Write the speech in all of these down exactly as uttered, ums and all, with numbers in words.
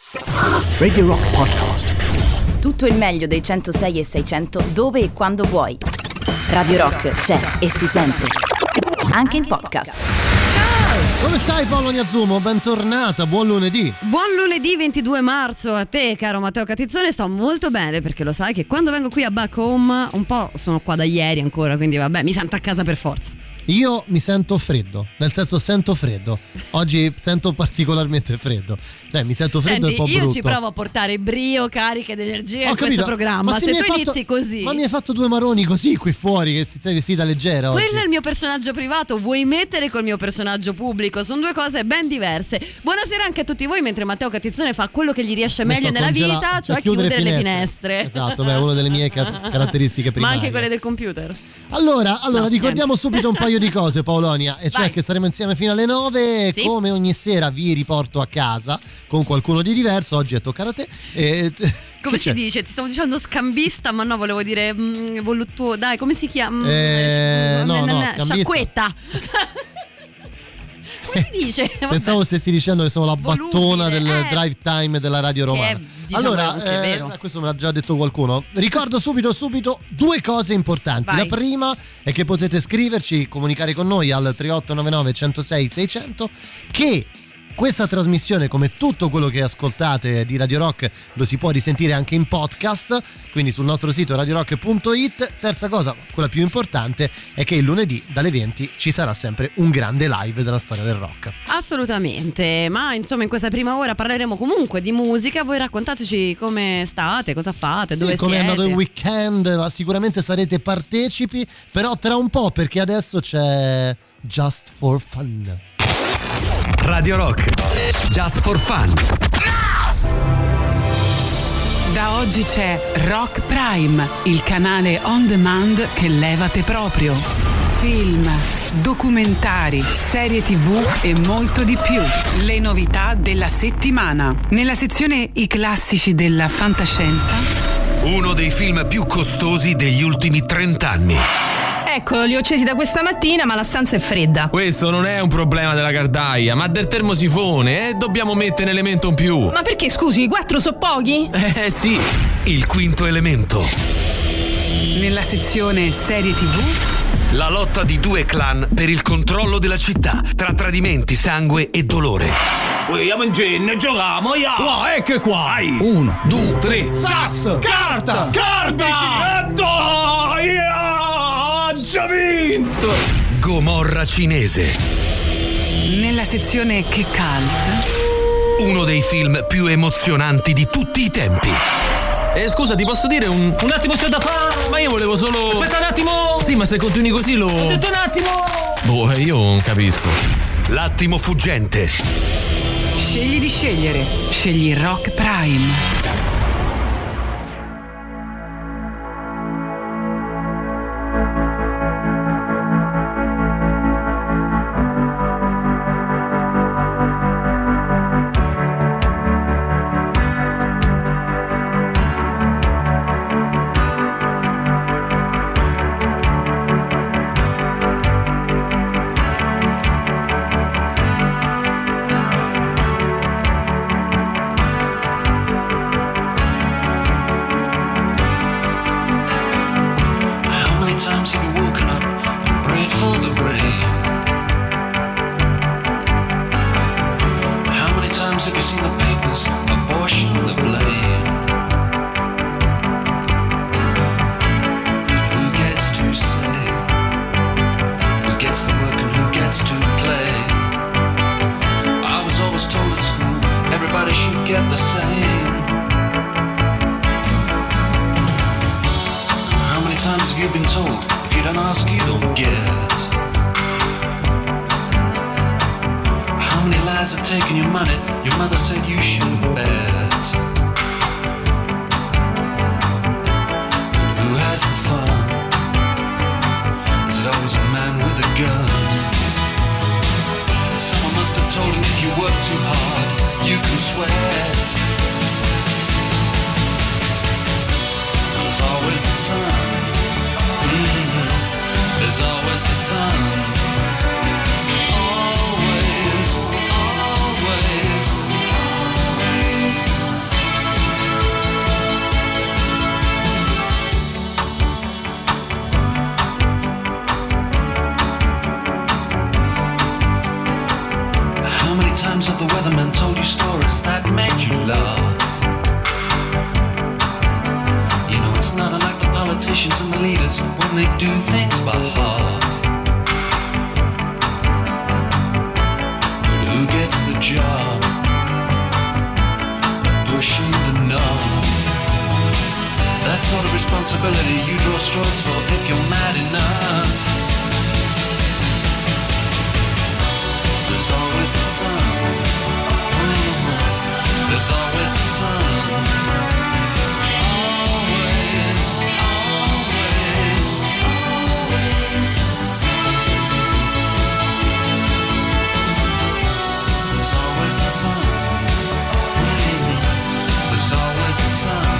Radio Rock Podcast. Tutto il meglio dei centosei e seicento dove e quando vuoi. Radio Rock c'è e si sente anche in podcast. Come stai Paolo Niazzumo? Bentornata, buon lunedì. Buon lunedì ventidue marzo a te caro Matteo Catizzone. Sto molto bene perché lo sai che quando vengo qui a Back Home un po' sono qua da ieri ancora, quindi vabbè, mi sento a casa per forza. Io mi sento freddo, nel senso sento freddo. Oggi sento particolarmente freddo. Eh, mi sento freddo. Senti, e un po' io brutto. Ci provo a portare brio, cariche ed energia Ho in capito, questo programma. ma Se, se tu mi hai inizi fatto, così. Ma mi hai fatto due maroni così qui fuori, che si sei vestita leggera oggi. Quello è il mio personaggio privato, vuoi mettere col mio personaggio pubblico? Sono due cose ben diverse. Buonasera anche a tutti voi, mentre Matteo Catizzone fa quello che gli riesce Mi meglio sto nella congela- vita, cioè chiudere chiudere finestre. le finestre. Esatto, beh, è una delle mie ca- caratteristiche primarie. Ma anche quelle del computer. Allora, allora No, ricordiamo niente. subito un paio di cose, Paolonia, e cioè Vai. che saremo insieme fino alle nove. Sì. Come ogni sera vi riporto a casa con qualcuno di diverso. Oggi è toccare a te. E... Come che si c'è? dice? Ti stavo dicendo scambista, ma no, volevo dire mm, voluttuo. Dai, come si chiama? Eh, Mm, no, n- no, n- scambista. Sciacquetta. Come si dice? Vabbè. Pensavo stessi dicendo che sono la Volubile, battona del eh. drive time della radio Che romana. è, diciamo, allora, anche eh, vero. questo me l'ha già detto qualcuno. Ricordo subito, subito due cose importanti. Vai. La prima è che potete scriverci, comunicare con noi al tre otto nove nove uno zero sei sei zero zero, che questa trasmissione, come tutto quello che ascoltate di Radio Rock, lo si può risentire anche in podcast, quindi sul nostro sito radio rock punto it. Terza cosa, quella più importante, è che il lunedì dalle venti ci sarà sempre un grande live della storia del rock. Assolutamente, ma insomma in questa prima ora parleremo comunque di musica. Voi raccontateci come state, cosa fate, Sì, dove come siete. è andato il weekend, ma sicuramente sarete partecipi, però tra un po', perché adesso c'è Just for Fun. Radio Rock. Just for Fun. Da oggi c'è Rock Prime, il canale on demand che levate proprio. Film, documentari, serie tv e molto di più. Le novità della settimana. Nella sezione I classici della fantascienza. Uno dei film più costosi degli ultimi trent'anni. Ecco, li ho accesi da questa mattina, ma la stanza è fredda. Questo non è un problema della caldaia, ma del termosifone, e dobbiamo mettere un elemento in più. Ma perché, scusi, i quattro so pochi? Eh sì. Il quinto elemento. Nella sezione serie tv. La lotta di due clan per il controllo della città, tra tradimenti, sangue e dolore. Andiamo in genere, giochiamo, ya! Wow, ecco qua. Vai! Uno, due, tre, sass, carta, Carta! E dai! Ha già vinto! Gomorra cinese. Nella sezione Che Cult. Uno dei film più emozionanti di tutti i tempi. Eh, scusa, ti posso dire un... Un attimo c'è da fare! Ma io volevo solo... Aspetta un attimo! Sì, ma se continui così lo... Ho detto un attimo! Boh, eh, io non capisco. L'attimo fuggente. Scegli di scegliere. Scegli Rock Prime. Always, always Weatherman told you stories that made you laugh. You know it's not unlike the politicians and the leaders when they do things by half. But who gets the job of pushing the knob? That sort of responsibility you draw straws for if you're mad enough. There's always the sun. There's always the sun. Always, always, always the sun. There's always the sun. There's always the sun.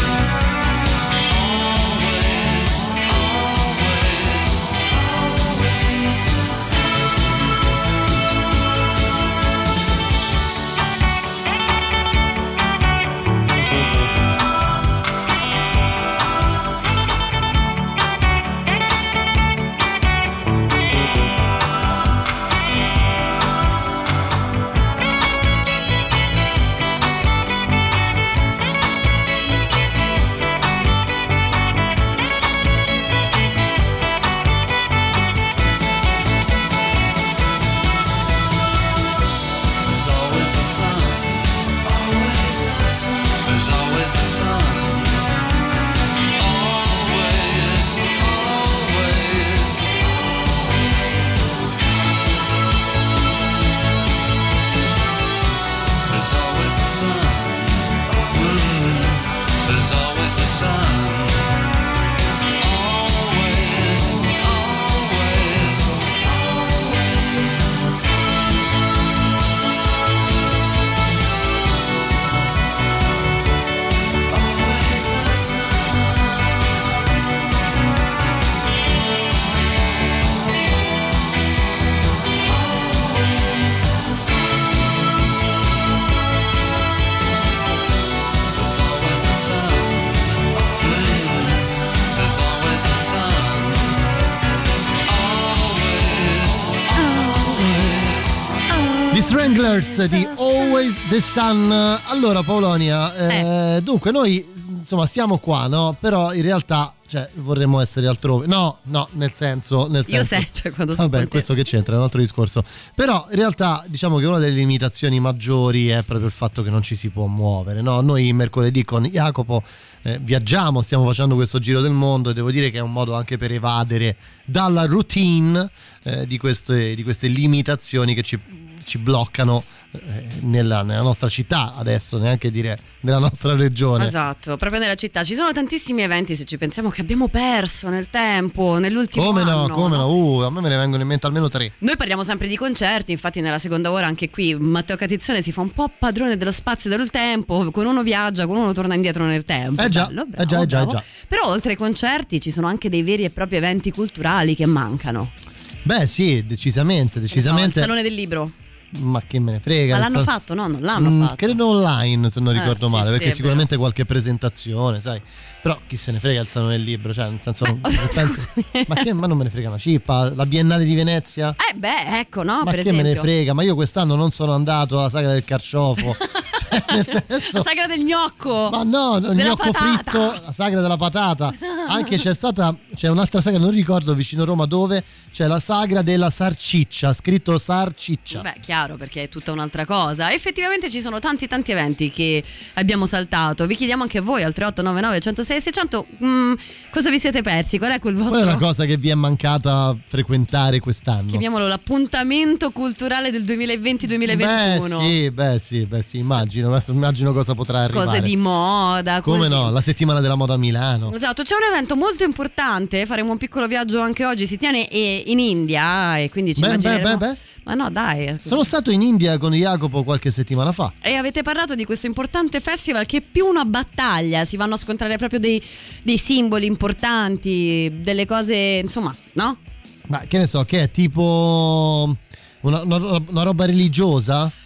Stranglers di Always the Sun. Allora Paolonia, eh, eh. dunque noi insomma siamo qua, no? Però in realtà cioè vorremmo essere altrove. No, no, nel senso, nel senso. Io sei, cioè quando sono Vabbè, questo che c'entra, è un altro discorso. Però in realtà diciamo che una delle limitazioni maggiori è proprio il fatto che non ci si può muovere, no? Noi mercoledì con Jacopo eh, viaggiamo, stiamo facendo questo giro del mondo e devo dire che è un modo anche per evadere dalla routine eh, di queste di queste limitazioni che ci ci bloccano eh, nella, nella nostra città, adesso neanche dire nella nostra regione. Esatto, proprio nella città ci sono tantissimi eventi, se ci pensiamo, che abbiamo perso nel tempo, nell'ultimo come anno. No, come no, uh, a me me ne vengono in mente almeno tre. Noi parliamo sempre di concerti, infatti nella seconda ora anche qui Matteo Catizzone si fa un po' padrone dello spazio e del tempo, con uno viaggia, con uno torna indietro nel tempo. Eh già, Bello, bravo, eh già, eh già, eh già. Però oltre ai concerti ci sono anche dei veri e propri eventi culturali che mancano. Beh sì, decisamente, decisamente. No, il Salone del Libro. Ma che me ne frega. Ma l'hanno sal... fatto? No, non l'hanno mm, fatto. Credo online, se non ricordo eh, male, sì, perché sì, sicuramente qualche presentazione, sai. Però chi se ne frega il Salone del Libro, cioè nel senso Beh, non, penso, ma che ma non me ne frega una cippa, la Biennale di Venezia? Eh beh, ecco, no, ma per che esempio. me ne frega, ma io quest'anno non sono andato alla Sagra del Carciofo. Cioè, nel senso, la sagra del gnocco. Ma no, il gnocco patata. fritto, la sagra della patata. Anche c'è stata, c'è un'altra sagra, non ricordo vicino Roma dove, c'è la sagra della sarciccia, scritto sarciccia. Beh, chiaro, perché è tutta un'altra cosa. Effettivamente ci sono tanti tanti eventi che abbiamo saltato. Vi chiediamo anche a voi al tre otto nove nove uno zero sei sei zero zero mm, cosa vi siete persi? Qual è quel vostro? Qual è la cosa che vi è mancata frequentare quest'anno? Chiamiamolo l'appuntamento culturale del duemilaventi duemilaventuno. Beh sì, beh sì, beh sì, immagino, adesso immagino cosa potrà arrivare. Cose di moda, come così. no, la settimana della moda a Milano. Esatto, c'è un evento molto importante, faremo un piccolo viaggio anche oggi, si tiene in India e quindi ci beh, immagineremo. Beh, beh, beh. Ma no, dai. Sono stato in India con Jacopo qualche settimana fa. E avete parlato di questo importante festival che è più una battaglia, si vanno a scontrare proprio dei, dei simboli importanti, delle cose, insomma, no? Ma che ne so, che è tipo una, una, una roba religiosa? Credo di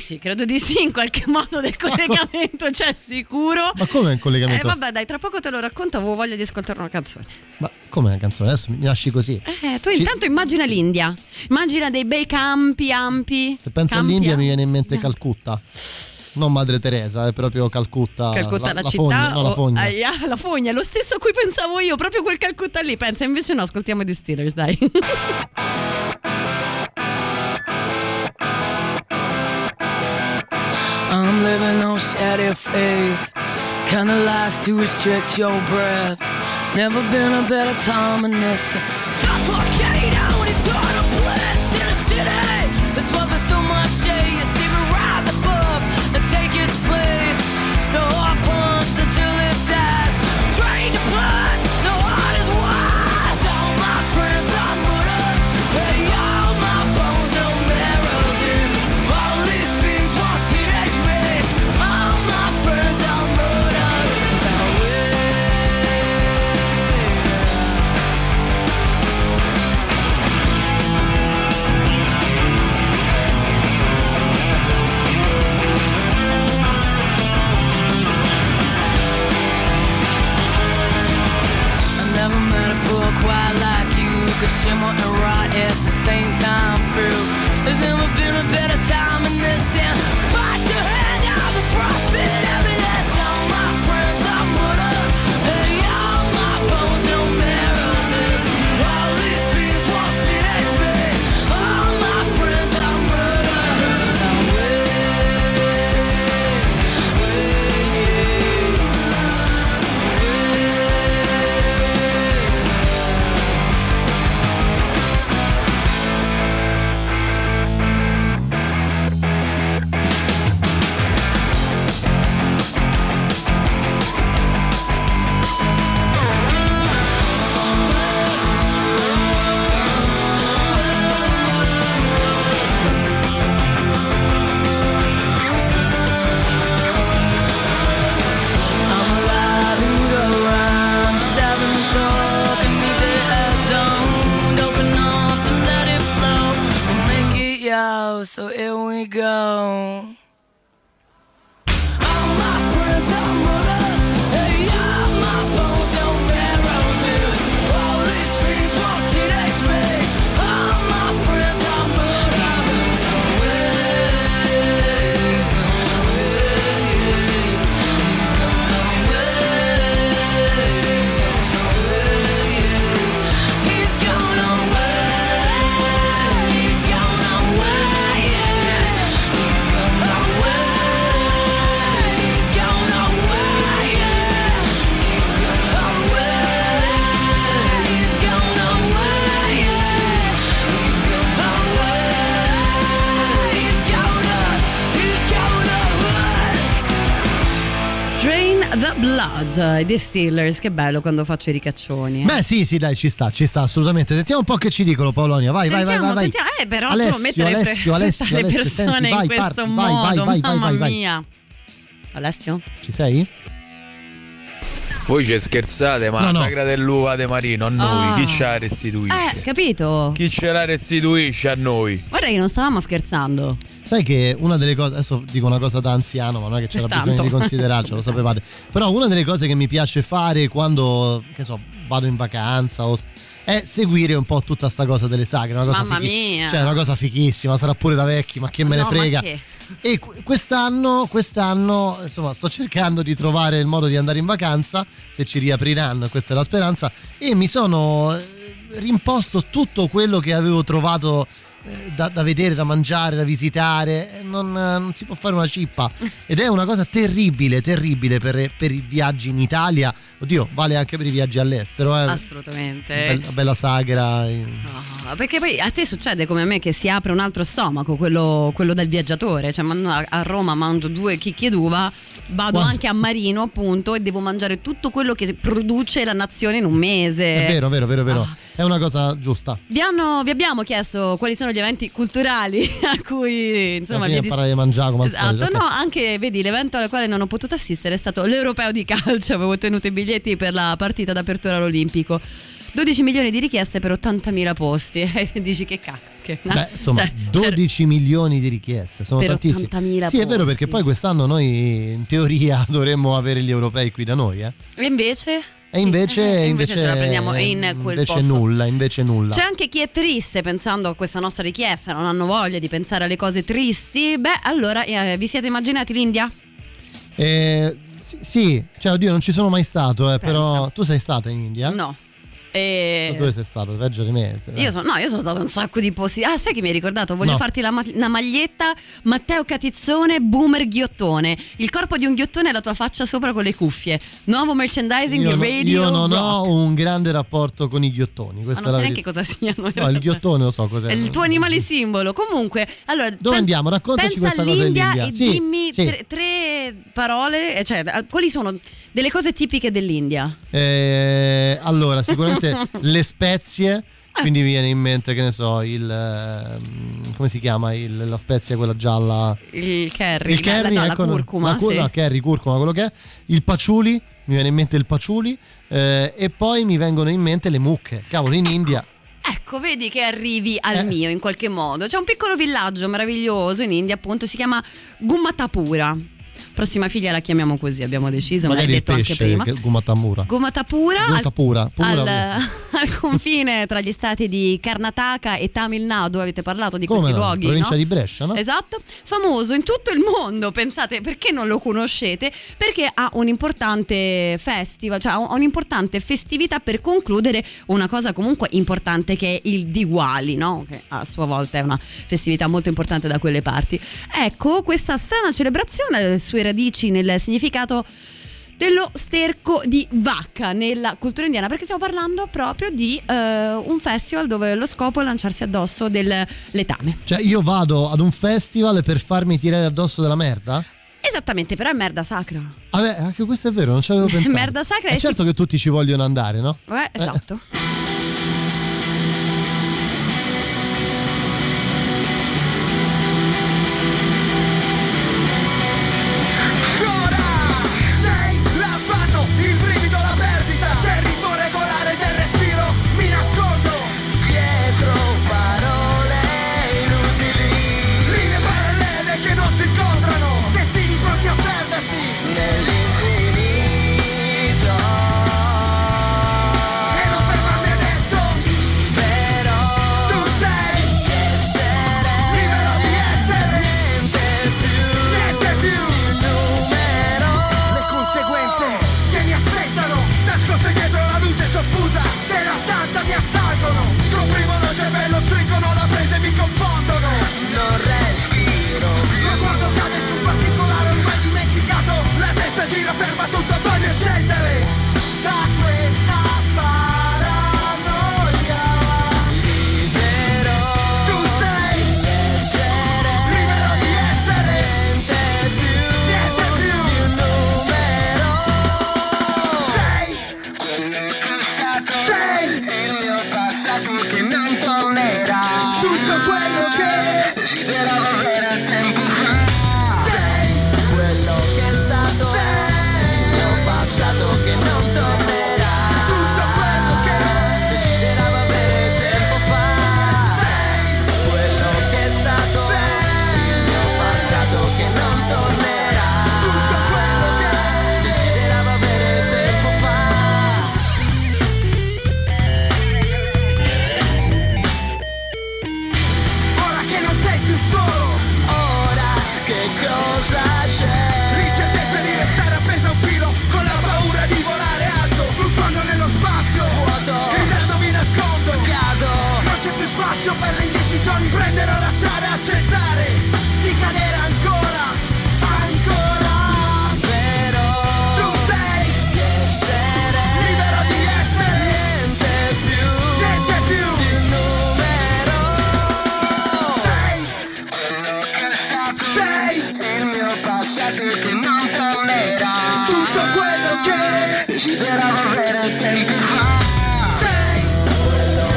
sì, credo di sì, in qualche modo del collegamento c'è sicuro. Ma come è un collegamento? Eh vabbè dai, tra poco te lo racconto, avevo voglia di ascoltare una canzone. Ma come una canzone? Adesso mi lasci così. Eh, tu Ci- intanto immagina l'India, immagina dei bei campi ampi. Se penso campi all'India mi ampi. viene in mente Calcutta. Non Madre Teresa, è proprio Calcutta. Calcutta la, la città fogna, no, la o- fogna. Aia, la fogna, è lo stesso a cui pensavo io, proprio quel Calcutta lì. Pensa, invece no, ascoltiamo i Distillers, dai. I'm living on shattered faith. Kinda likes to restrict your breath. Never been a better time in this. Suffocate out into the bliss in a city. This wasn't so much shade. You see me rise above and take its place. The heart pumps until it dies. Drain the blood, the heart is wise. All my friends are murdered. Hey, all my bones, no marrows in. All these fiends want teenage rage. All my friends are murdered. I will. I never met a poor quite like you. Could shimmer and rot at the same time through. There's never been a better time in this town. Bite the hand of the frostbite evidence. All my friends are murdered. Hey, all my bones, no marrows in. All these fiends want teenage pain. All my friends are murdered. I will. I'm alive in the rhyme, stabbing the door beneath the ass. Don't open up and let it flow. We'll make it yours, so here we go. All my friends are murdered. Hey, all my bones, no marrows in. All these fiends want teenage me. All my friends are murdered. He's gone away. He's gone away. He's gone away. He's gone away. He's gone away. He's gone away. He's gone away. He's gone away. He's gone away. He's gone He's gone away. Drain the Blood, i Distillers, che bello quando faccio i ricaccioni. eh. Beh, sì, sì, dai, ci sta, ci sta assolutamente. Sentiamo un po' che ci dicono, Paolonia. Vai, vai, vai, Sentiamo, vai, vai. sentiamo. Eh, però tu Alessio, non mettere fre- Alessio, Alessio, le Alessio, persone senti, in vai, questo parti, modo, vai, vai, vai, mamma vai, vai. mia. Alessio? Ci sei? Voi ci scherzate, ma No, no. la sagra dell'uva de Marino a noi, Ah. chi ce la restituisce? Eh, capito? Chi ce la restituisce a noi? Guarda che non stavamo scherzando. Sai che una delle cose, adesso dico una cosa da anziano, ma non è che c'era Tanto. bisogno di considerarci, lo sapevate. Però una delle cose che mi piace fare quando, che so, vado in vacanza o è seguire un po' tutta sta cosa delle sagre, una cosa Mamma fighi- mia. cioè una cosa fichissima, sarà pure da vecchi, ma che me ne No, ma frega. che? E qu- quest'anno, quest'anno, insomma, sto cercando di trovare il modo di andare in vacanza, se ci riapriranno, questa è la speranza, e mi sono eh, rimposto tutto quello che avevo trovato eh, da, da vedere, da mangiare, da visitare. Eh, non, eh, non si può fare una cippa ed è una cosa terribile, terribile per, per i viaggi in Italia. Oddio, vale anche per i viaggi all'estero, eh. Assolutamente. Una bella, bella sagra. eh. No, perché poi a te succede come a me che si apre un altro stomaco, quello, quello del viaggiatore. Cioè a a Roma mangio due chicchi d'uva, vado Guarda. anche a Marino appunto e devo mangiare tutto quello che produce la nazione in un mese. È vero, vero, vero, vero. Ah. è una cosa giusta. Vi, hanno, vi abbiamo chiesto quali sono gli eventi culturali a cui insomma vi dis- parlare di mangiare come al esatto, solito. no, anche vedi l'evento al quale non ho potuto assistere è stato l'Europeo di calcio, avevo ottenuto i biglietti per la partita d'apertura all'Olimpico. dodici milioni di richieste per ottantamila posti e dici che cacchio. Che, no? Beh, insomma, cioè, dodici milioni di richieste, sono per tantissimi. ottantamila Sì, è vero, posti. perché poi quest'anno noi in teoria dovremmo avere gli europei qui da noi, eh? E invece? E invece, Eh, invece invece ce la prendiamo in quel invece posto. nulla, invece nulla. C'è anche chi è triste pensando a questa nostra richiesta, non hanno voglia di pensare alle cose tristi. Beh, allora eh, vi siete immaginati l'India? Eh, sì, sì, cioè oddio non ci sono mai stato, eh, però tu sei stata in India? No. E... Dove sei stato? Peggio di me. Io sono, no, io sono stato in un sacco di posti. Ah, sai che mi hai ricordato? Voglio No. farti la ma- una maglietta Matteo Catizzone Boomer Ghiottone. Il corpo di un ghiottone e la tua faccia sopra con le cuffie. Nuovo merchandising Io, di no- Radio io non Rock. ho un grande rapporto con i ghiottoni. Ma Questa non è sai la neanche verità. cosa siano. in No, il realtà. ghiottone lo so cos'è. È il tuo animale simbolo. Comunque, allora, Dove pen- andiamo? Raccontaci pensa questa cosa all'India dell'India. e Sì, dimmi sì. Tre, tre parole, eh, cioè al- quali sono delle cose tipiche dell'India? Eh, allora, sicuramente le spezie. Quindi mi viene in mente, che ne so, il ehm, come si chiama il, la spezia quella gialla? Il curry, Il curry, la, no, ecco, la curcuma, la cur- sì. no, curry, curcuma, quello che è. Il patchouli, mi viene in mente il patchouli, eh, e poi mi vengono in mente le mucche. Cavolo, in India. Ecco, vedi che arrivi al Eh. mio in qualche modo. C'è un piccolo villaggio meraviglioso in India, appunto, si chiama Gumatapura. Prossima figlia la chiamiamo così, abbiamo deciso, me l'hai Magari il detto anche pesce, prima. che- Gumatamura. Gumatapura, Gumatapura, al, pura, al, pura. al confine tra gli stati di Karnataka e Tamil Nadu, avete parlato di Come questi no? luoghi, Provincia no? di Brescia, no? Esatto, famoso in tutto il mondo. Pensate, perché non lo conoscete? Perché ha un importante festival, cioè ha un'importante festività per concludere una cosa comunque importante che è il Diwali, no? Che a sua volta è una festività molto importante da quelle parti. Ecco, questa strana celebrazione ha le sue radici nel significato dello sterco di vacca nella cultura indiana, perché stiamo parlando proprio di eh, un festival dove lo scopo è lanciarsi addosso del letame. Cioè io vado ad un festival per farmi tirare addosso della merda? Esattamente, però è merda sacra. Vabbè, anche questo è vero, non ci avevo pensato. Merda sacra È e certo che tutti ci vogliono andare, no? Eh, esatto. Sei l'affatto, il brivido, la perdita del ritmo regolare del respiro. Mi nascondo dietro parole inutili, linee parallele che non si incontrano, destini pronti a perdersi nell'infinito. E non fermarmi adesso, però tu sei essere, libero di essere, niente più, niente più. Le conseguenze che mi aspettano, nascoste dietro la luce soffusa della stanza mi assalgono, comprimono il cervello, stringono la presa e mi confondono. Non respiro più. Lo sguardo cade su un particolare ormai dimenticato, la testa gira, ferma tutto, voglio scendere da questa paranoia. Libero, tu sei essere, libero di essere, niente più, niente più di un numero. Sei quello che è stato, sei il mio passato che non tornerà, tutto quello che desideravo avere a tempo fa. Sei quello che è stato, sei il mio passato che non tornerà, tutto quello che desideravo avere tempo fa. Sei quello che è stato, sei il mio passato che non tornerà, tutto quello che desideravo avere tempo fa. Ora che non sei più solo, ora che cosa c'è? L'incertezza di restare appeso a un filo, con la paura di volare alto, fluttuando nello spazio vuoto, gridando mi nascondo, cado. Non c'è più spazio per le indecisioni, prendere o lasciare, accettare di cadere ancora, ancora. Però tu sei essere, libero di essere, niente più, niente più di un numero. Sei quello che è stato, sei il mio passato che non tornerà, tutto quello che desideravo avere tempo fa. Sei quello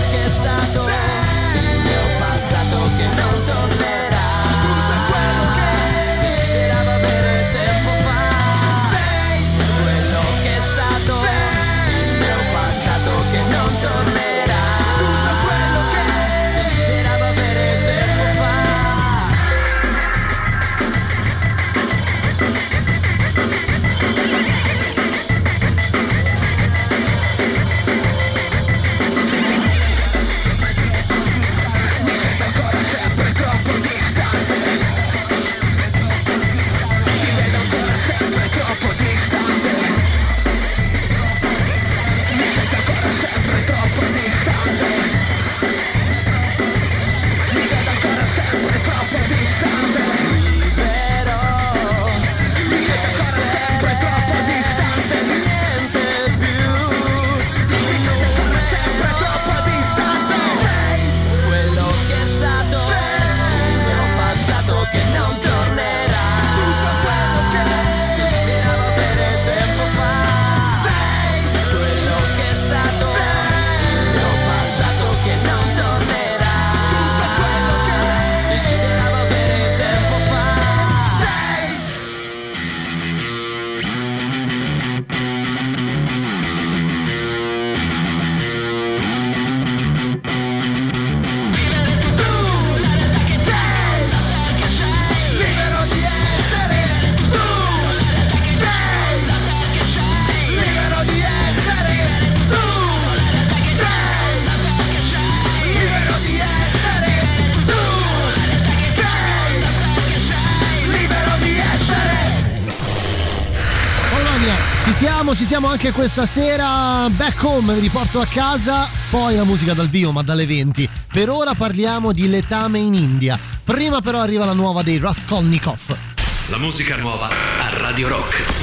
Ci siamo, ci siamo anche questa sera. Back home, vi riporto a casa. Poi la musica dal vivo, ma dalle venti. Per ora parliamo di letame in India. Prima però arriva la nuova dei Raskolnikov. La musica nuova a Radio Rock.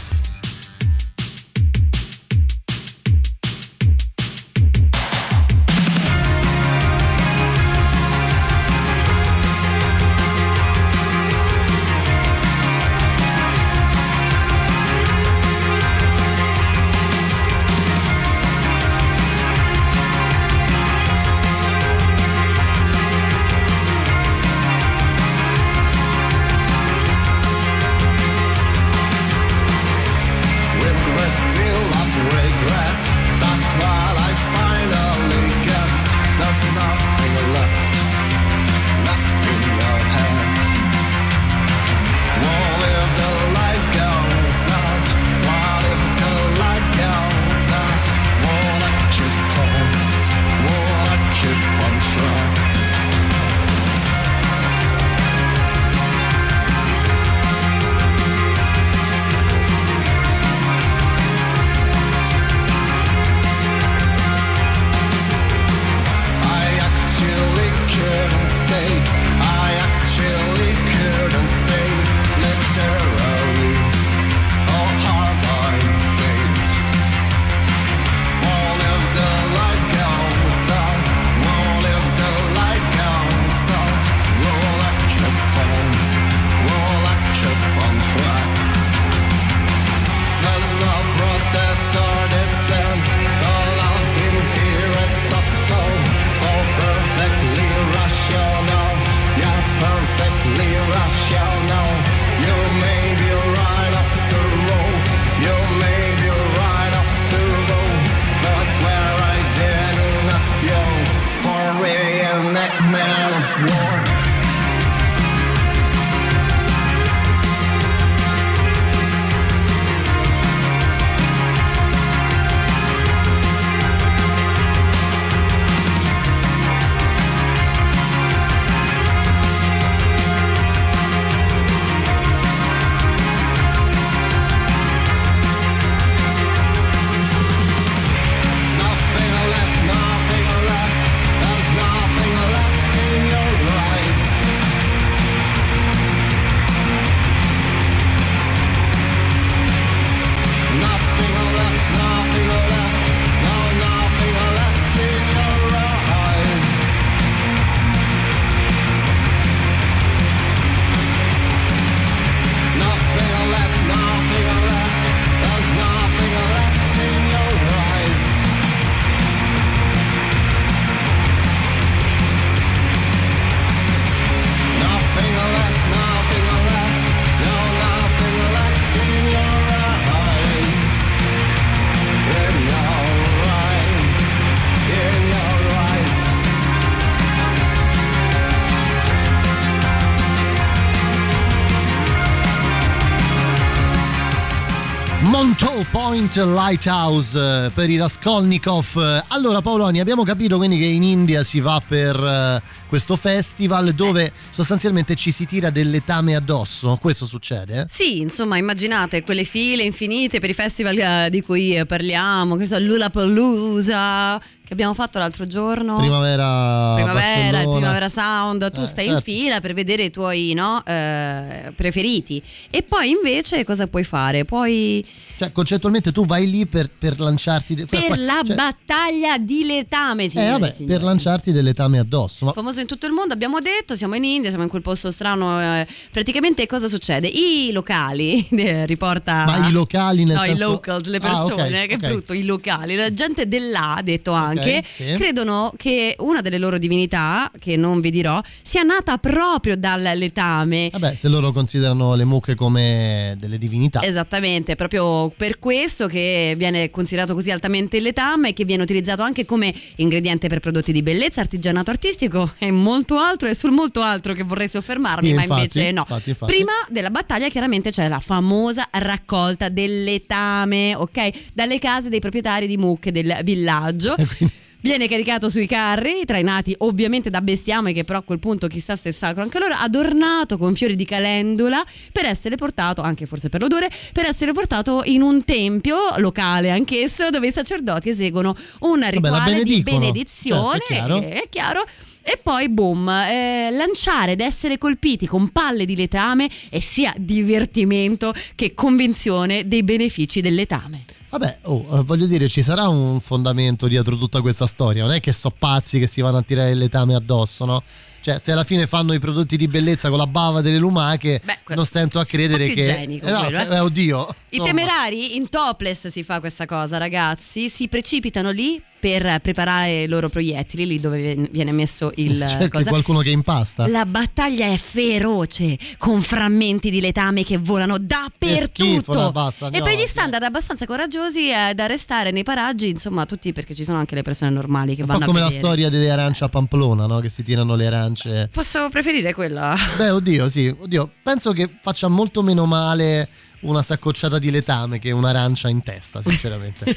Montauk Point Lighthouse per i Raskolnikov. Allora Paoloni, abbiamo capito quindi che in India si va per uh, questo festival dove sostanzialmente ci si tira del letame addosso. Questo succede? Sì, insomma, immaginate quelle file infinite per i festival uh, di cui parliamo, che so, Lollapalooza che abbiamo fatto l'altro giorno, Primavera Primavera, il Barcellona. Primavera Sound, tu Eh, stai certo. in fila per vedere i tuoi no, eh, preferiti e poi invece cosa puoi fare? Puoi Cioè concettualmente tu vai lì per, per lanciarti de- per la cioè, battaglia di letame, eh, signore, vabbè, signori. per lanciarti del letame addosso. Ma Famoso in tutto il mondo, abbiamo detto, siamo in India, siamo in quel posto strano, eh, praticamente cosa succede? I locali, eh, riporta... Ma i locali nel No, senso- i locals, le Ah, persone, ok, che ok. brutto, i locali, la gente dell'A, ha detto anche, sì. credono che una delle loro divinità, che non vi dirò, sia nata proprio dal letame. vabbè, se loro considerano le mucche come delle divinità. Esattamente, proprio per questo che viene considerato così altamente il letame e che viene utilizzato anche come ingrediente per prodotti di bellezza, artigianato artistico e molto altro, e sul molto altro che vorrei soffermarmi, Sì, ma infatti, invece no. infatti, infatti. Prima della battaglia chiaramente c'è la famosa raccolta del letame, ok? Dalle case dei proprietari di mucche del villaggio. viene caricato sui carri, trainati ovviamente da bestiame che però a quel punto chissà se è sacro anche loro, adornato con fiori di calendula per essere portato, anche forse per l'odore, per essere portato in un tempio locale anch'esso dove i sacerdoti eseguono un rituale di benedizione, certo, è chiaro. è chiaro. E poi boom, eh, lanciare ed essere colpiti con palle di letame è sia divertimento che convinzione dei benefici del letame. Vabbè, oh, voglio dire, ci sarà un fondamento dietro tutta questa storia, non è che so pazzi che si vanno a tirare il letame addosso, no? Cioè, se alla fine fanno i prodotti di bellezza con la bava delle lumache, beh, non stento a credere un po' più che igienico, eh no, quello, eh, oddio. I insomma. temerari in topless si fa questa cosa, ragazzi, si precipitano lì per preparare i loro proiettili, lì dove viene messo il C'è cosa. qualcuno che impasta. La battaglia è feroce, con frammenti di letame che volano dappertutto. Basta, e per gli standard abbastanza coraggiosi è da restare nei paraggi, insomma, tutti, perché ci sono anche le persone normali che un vanno po' come a la vedere. storia delle arance a Pamplona, no? Che si tirano le arance. Posso preferire quella? Beh, oddio, sì, oddio, penso che faccia molto meno male una saccocciata di letame che un'arancia in testa, sinceramente.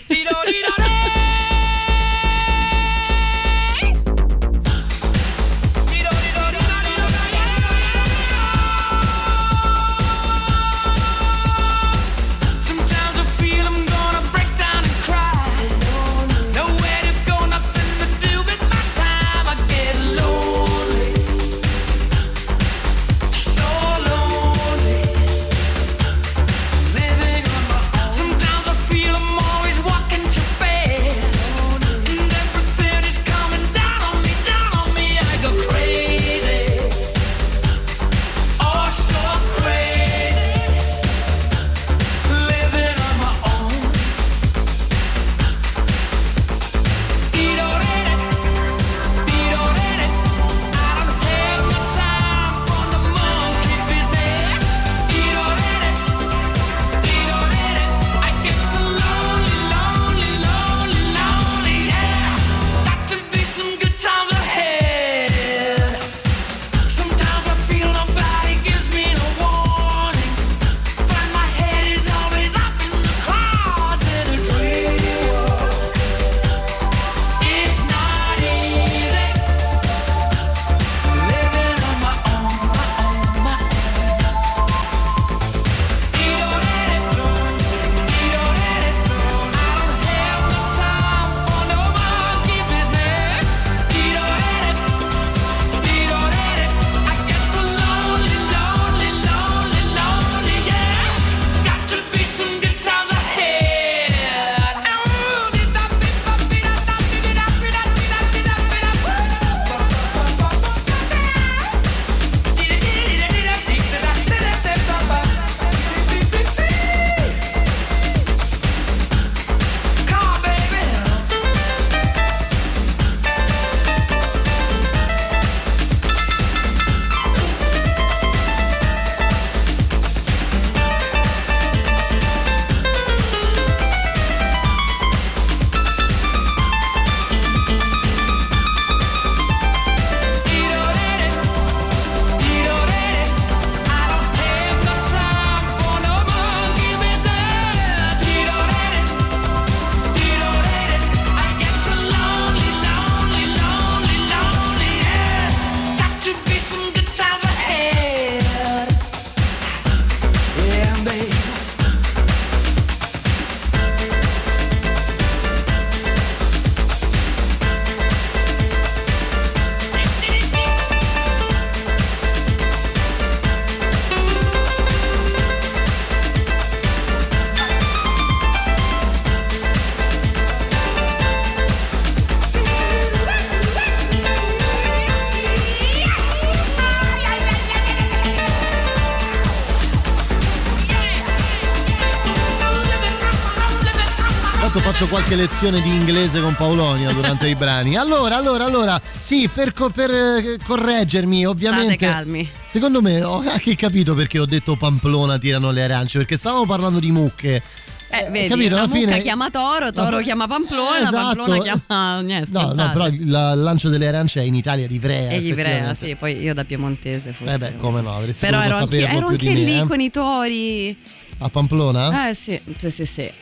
Faccio qualche lezione di inglese con Paolonia durante i brani. Allora, allora, allora, sì, per, co- per eh, correggermi, ovviamente. State calmi. Secondo me ho anche capito perché ho detto Pamplona tirano le arance, perché stavamo parlando di mucche. Eh, vedi, capito? la Alla mucca fine... chiama Toro, Toro la... chiama Pamplona, esatto. Pamplona chiama niente. No, no, però il lancio delle arance è in Italia di Ivrea. E Ivrea, sì, poi io da piemontese forse. Eh beh, come no, avresti però ero potuto anche, sapere ero più anche di me, lì eh? con i tori. A Pamplona? Eh sì, sì, sì, sì.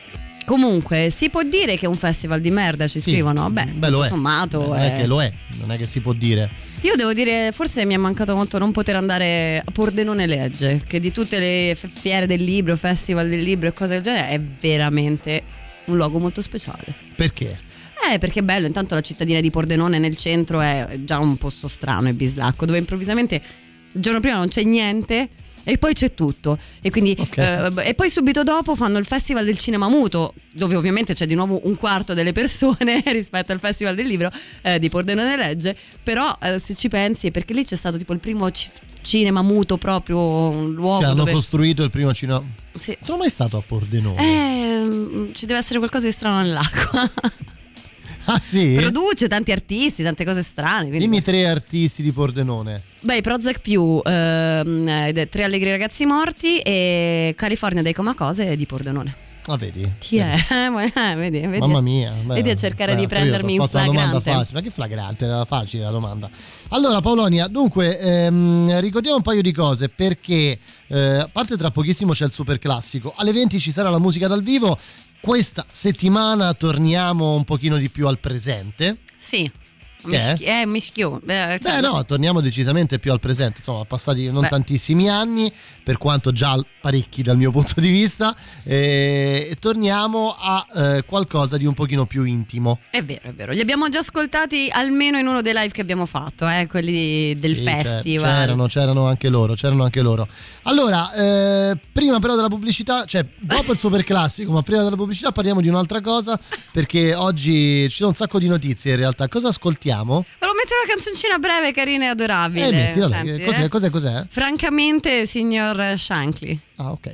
Comunque, si può dire che è un festival di merda, ci Sì, scrivono. Beh, beh, lo tutto è. sommato. Non è è- che lo è, non è che si può dire. Io devo dire, forse mi è mancato molto non poter andare a Pordenone Legge, che di tutte le f- fiere del libro, festival del libro e cose del genere, è veramente un luogo molto speciale. Perché? Eh, perché è bello, intanto la cittadina di Pordenone nel centro è già un posto strano e bislacco, dove improvvisamente il giorno prima non c'è niente e poi c'è tutto. E quindi Ok. eh, e poi subito dopo fanno il festival del cinema muto, dove ovviamente c'è di nuovo un quarto delle persone rispetto al festival del libro eh, di Pordenone Legge. Però eh, se ci pensi, perché lì c'è stato tipo il primo ci- cinema muto, proprio un luogo Cioè hanno dove costruito il primo cinema. Sì. Non sono mai stato a Pordenone. Eh, ci deve essere qualcosa di strano nell'acqua. Ah sì? Produce tanti artisti, tante cose strane. quindi- Dimmi tre artisti di Pordenone. Beh, i Prozac più, ehm, eh, Tre Allegri Ragazzi Morti e California dei Comacose di Pordenone. Ah, vedi? Chi è? Eh, vedi, vedi, Mamma mia. beh, vedi a cercare beh, di poi io prendermi ho in fatto una domanda flagrante. facile. Ma che flagrante? Era facile la domanda. Allora, Paolonia, dunque, ehm, ricordiamo un paio di cose perché eh, a parte tra pochissimo c'è il super classico. Alle venti ci sarà la musica dal vivo. Questa settimana torniamo un pochino di più al presente. Sì. Che è? Mischi- eh, mischio. Beh, cioè- Beh no, torniamo decisamente più al presente, insomma passati non Beh. tantissimi anni, per quanto già parecchi dal mio punto di vista, e, e torniamo a eh, qualcosa di un pochino più intimo. È vero, è vero. Li abbiamo già ascoltati almeno in uno dei live che abbiamo fatto, eh, quelli del Sì, cer- festival. c'erano, c'erano anche loro, c'erano anche loro. Allora, eh, prima però della pubblicità, cioè dopo il super classico, ma prima della pubblicità parliamo di un'altra cosa, perché oggi ci sono un sacco di notizie in realtà. Cosa ascoltiamo? Volevo mettere una canzoncina breve, carina e adorabile. Eh, mettila là. Senti, Cos'è, eh? cos'è, cos'è? Francamente, signor Shankly. Ah, ok.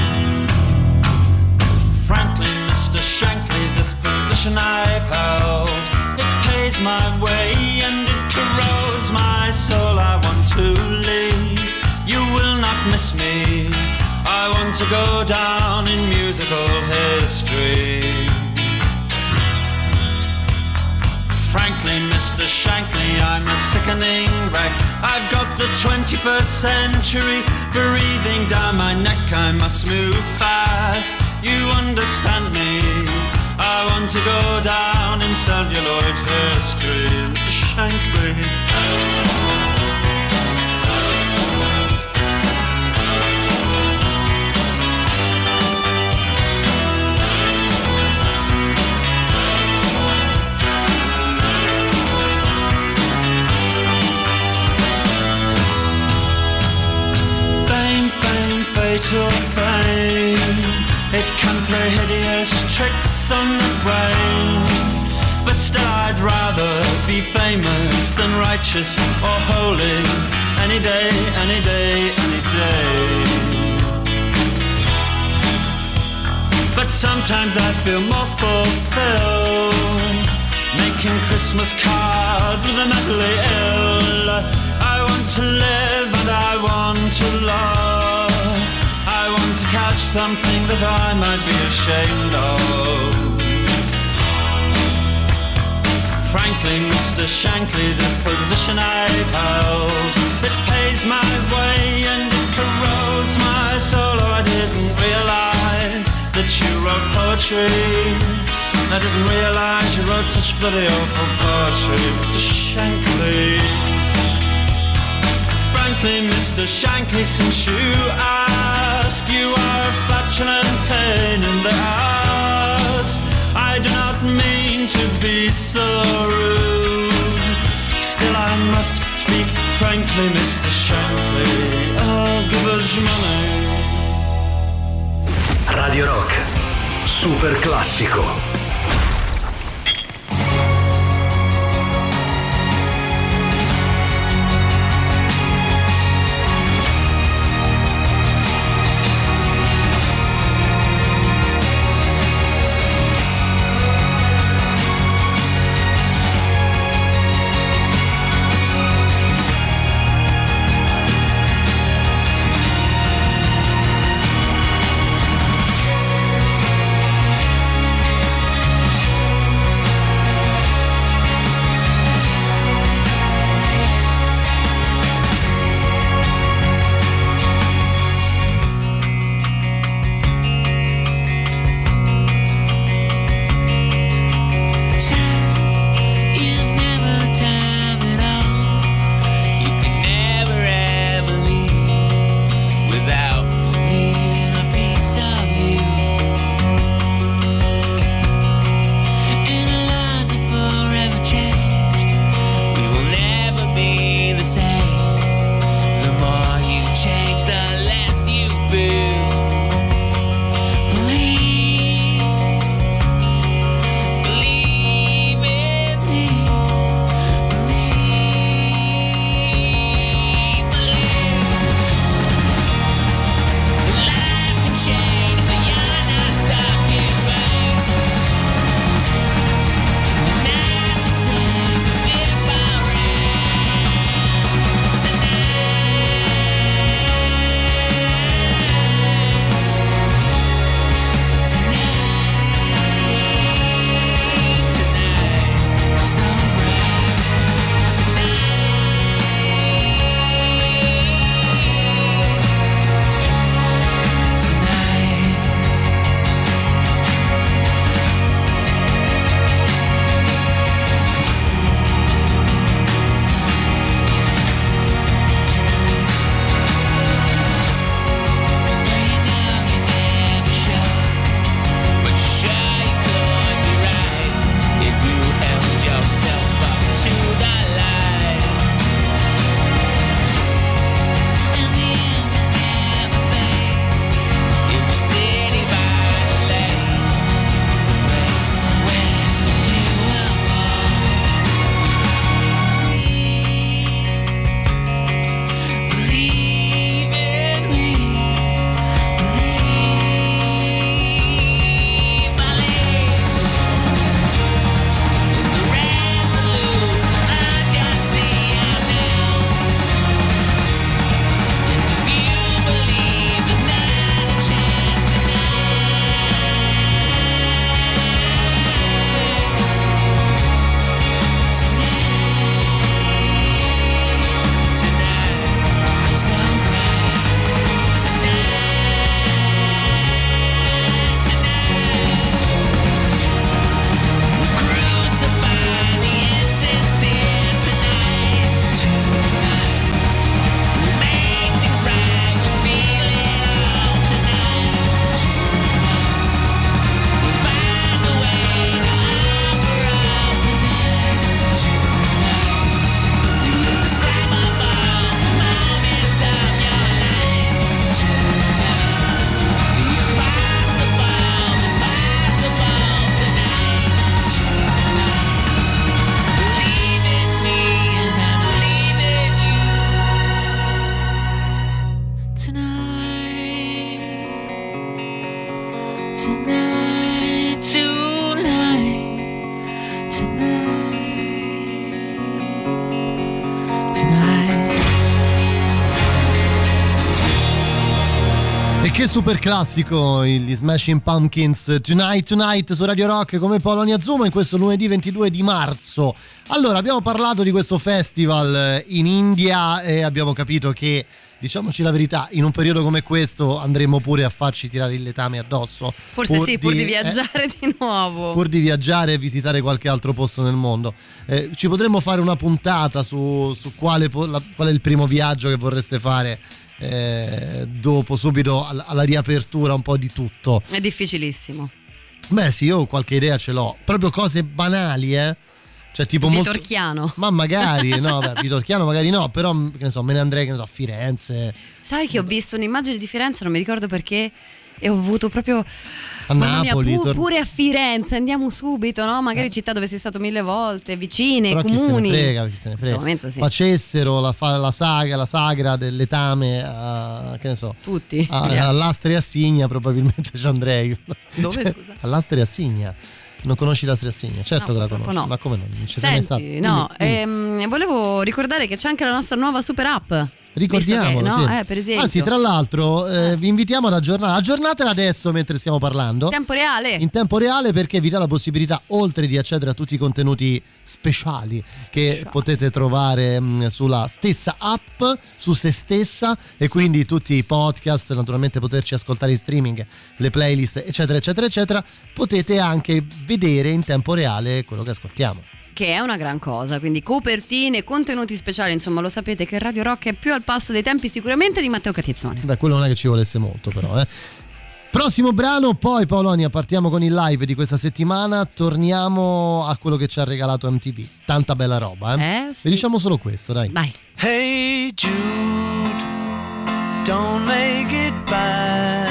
Frankly, Mister Shankly, this position I've held, it pays my way and it corrodes my soul. I want to leave, you will not miss me. I want to go down in musical history. Frankly, Mister Shankly, I'm a sickening wreck. I've got the twenty-first century breathing down my neck. I must move fast, you understand me. I want to go down in celluloid history, Mister Shankly. Fatal fame, it can play hideous tricks on the brain. But still I'd rather be famous than righteous or holy. Any day, any day, any day. But sometimes I feel more fulfilled making Christmas cards with the mentally ill. I want to live and I want to love. I want to catch something that I might be ashamed of. Frankly, Mister Shankly, this position I've held, it pays my way and it corrodes my soul. Oh, I didn't realize that you wrote poetry. I didn't realize you wrote such bloody awful poetry, Mister Shankly. Frankly, Mister Shankly, since you ask, you are a flatulent pain in the ass. I do not mean to be so rude, still I must speak frankly, Mister Shankly. Oh, give us money. Radio Rock, super classico. super classico, gli Smashing Pumpkins, Tonight Tonight su Radio Rock come Polonia Zuma in questo lunedì ventidue di marzo. Allora, abbiamo parlato di questo festival in India e abbiamo capito che, diciamoci la verità, in un periodo come questo andremo pure a farci tirare il letame addosso. Forse pur sì, pur di, di viaggiare eh, di nuovo. Pur di viaggiare e visitare qualche altro posto nel mondo. Eh, ci potremmo fare una puntata su, su quale, la, qual è il primo viaggio che vorreste fare eh, dopo, subito alla, alla riapertura un po' di tutto. È difficilissimo. Beh sì, io qualche idea ce l'ho. Proprio cose banali, eh. Cioè, tipo Vitorchiano. Molto... Ma magari, no, beh, Vitorchiano magari no, però che ne so, me ne andrei, che ne so, a Firenze. Sai che ho visto un'immagine di Firenze, non mi ricordo perché, e ho avuto proprio a Napoli, mia, pu- tor- pure a Firenze, andiamo subito, no? Magari eh. città dove sei stato mille volte, vicine, però comuni. Chi se ne frega, chi se ne frega. Momento, sì. Facessero la, fa- la saga, la sagra del letame a, che ne so, tutti a, yeah. all'Astra e Assigna, probabilmente ci andrei. Dove, cioè, scusa? All'Astra e Assigna. Non conosci l'Astra e Assigna? Certo, no, che la conosci, no. Ma come no? Non ci Senti, sei mai stato. no, Quindi, ehm, volevo ricordare che c'è anche la nostra nuova super app. Ricordiamolo, che, no? sì. eh, per esempio. Anzi, tra l'altro, eh, vi invitiamo ad aggiornare. Aggiornatela adesso mentre stiamo parlando. In tempo reale. In tempo reale, perché vi dà la possibilità, oltre di accedere a tutti i contenuti speciali Speciale. che potete trovare mh, sulla stessa app, su se stessa, e quindi tutti i podcast, naturalmente poterci ascoltare in streaming, le playlist, eccetera, eccetera, eccetera, potete anche vedere in tempo reale quello che ascoltiamo. Che è una gran cosa, quindi copertine, contenuti speciali, insomma lo sapete che Radio Rock è più al passo dei tempi sicuramente di Matteo Catizzone. Beh, quello non è che ci volesse molto però, eh. Prossimo brano, poi Polonia, partiamo con il live di questa settimana, torniamo a quello che ci ha regalato M T V, tanta bella roba, eh. eh sì. E diciamo solo questo, dai. Vai. Hey Jude, don't make it bad,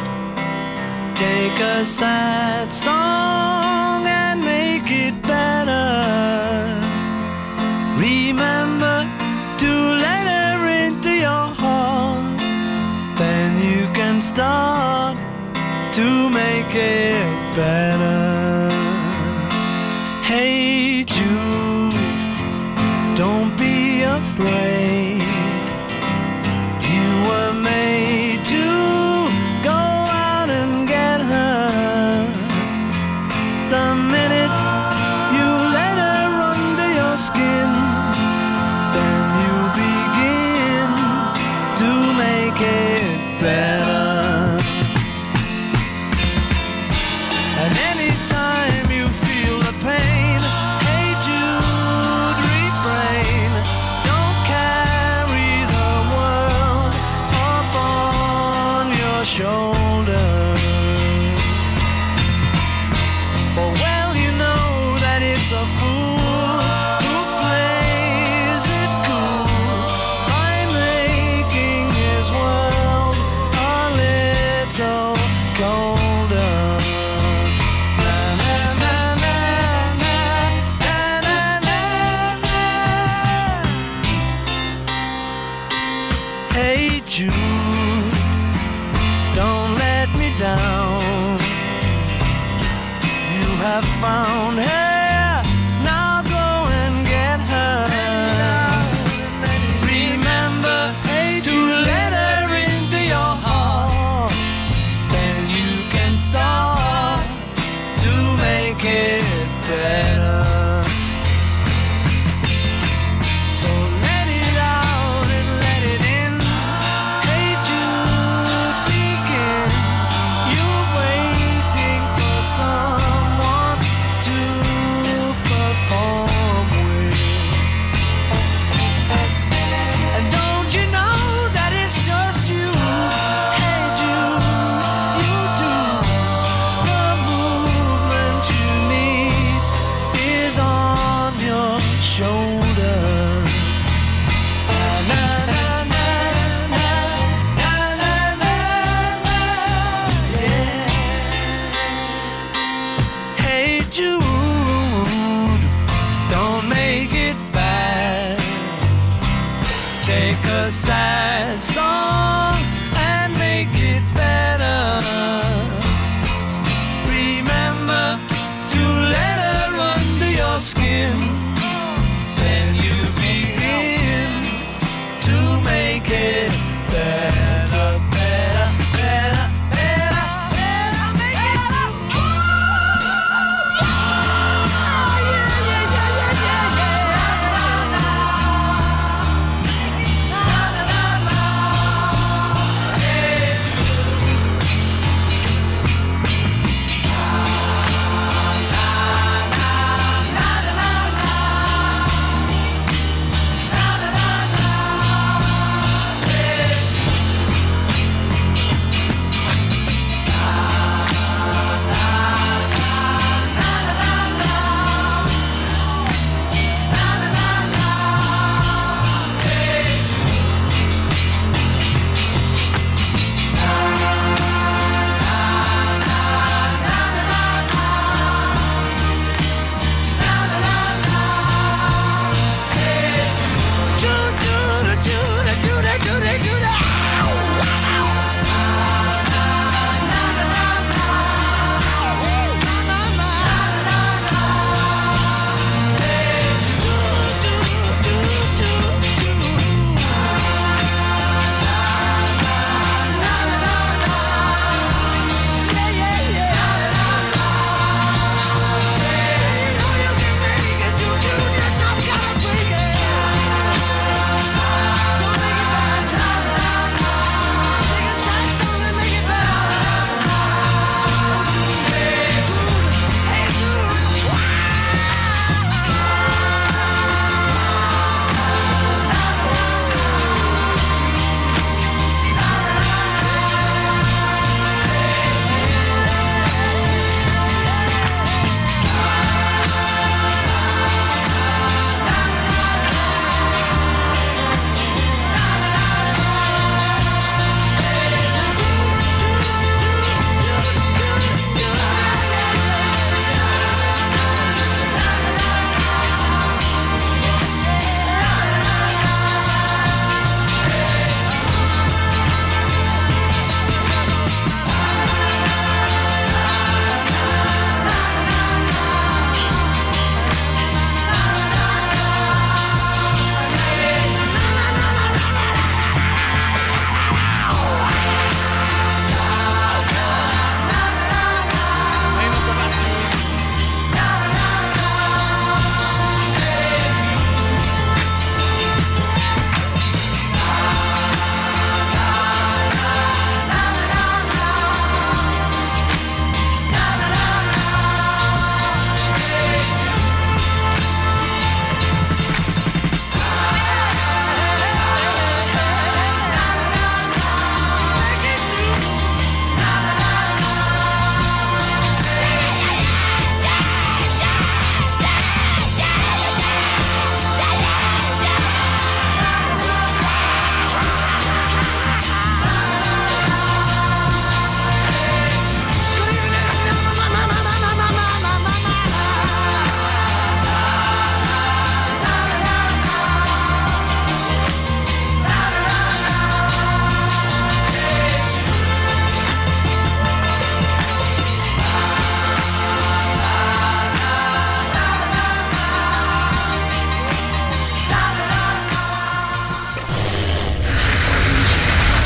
take a sad song and make it better. Remember to let her into your heart, then you can start to make it better. Hey Jude, don't be afraid, you were made to go out and get her. The minute you let her under your skin, then you begin to make it better. And anytime you feel the pain, hey Jude, refrain. Don't carry the world upon your shoulder. For well you know that it's a fool who plays it cool by making his world a little colder. Na, na, na, na, na, na, na, na. Hey Jude, don't let me down. You have found her, now go and get her. Remember to let her into your heart, then you can start to make it better. So let it out and let it in. Hey Jude, begin. You're waiting for someone to perform with. And don't you know that it's just you? Hey Jude, you do. The movement you need is on your shoulder. Na, na, na, na, na, na, na, na, yeah. Hey Jude, don't make it bad. Take a sad song and make it better. Remember to let her under your skin, then you begin to make it better, better, better,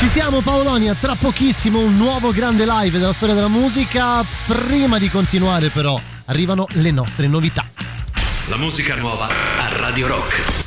siamo Paolonia, tra pochissimo un nuovo grande live della storia della musica. Prima di continuare però arrivano le nostre novità. La musica nuova a Radio Rock.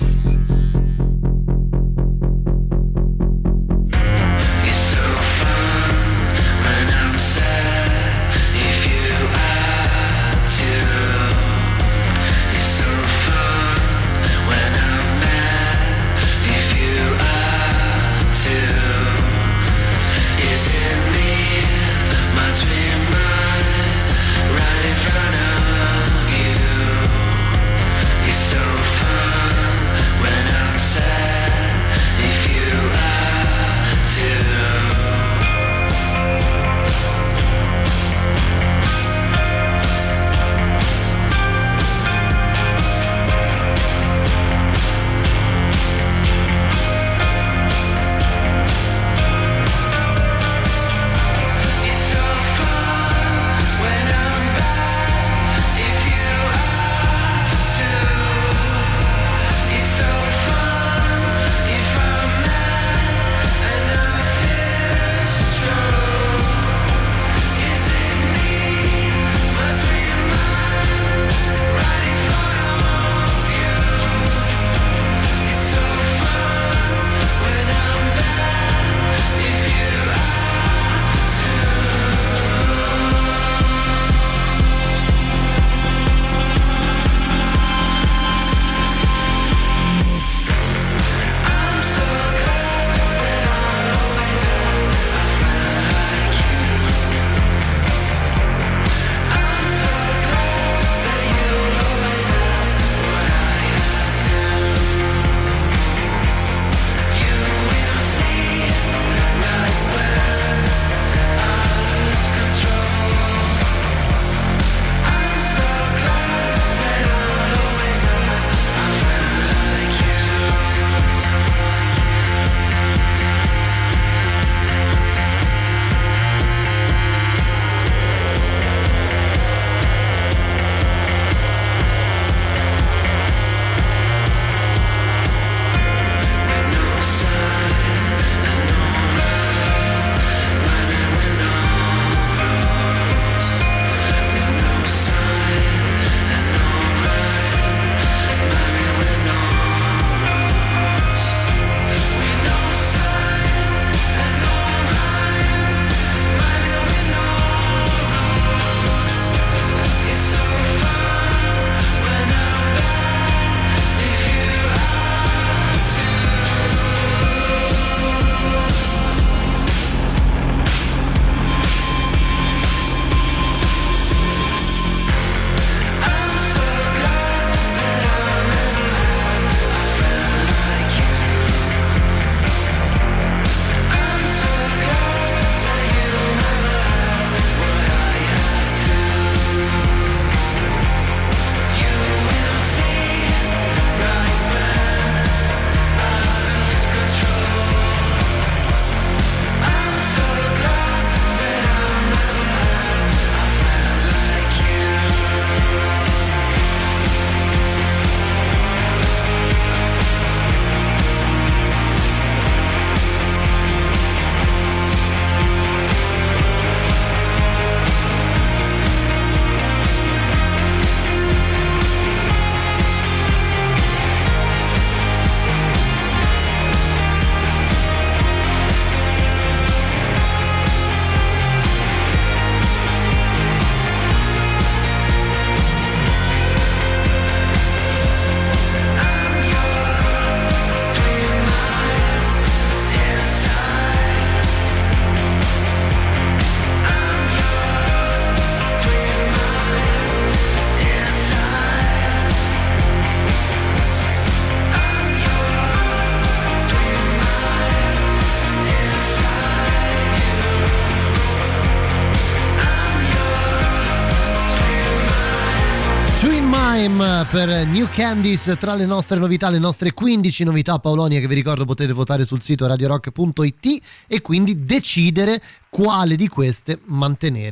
Time per New Candies, tra le nostre novità, le nostre quindici novità Paolonia, che vi ricordo potete votare sul sito radio rock punto it e quindi decidere quale di queste mantenere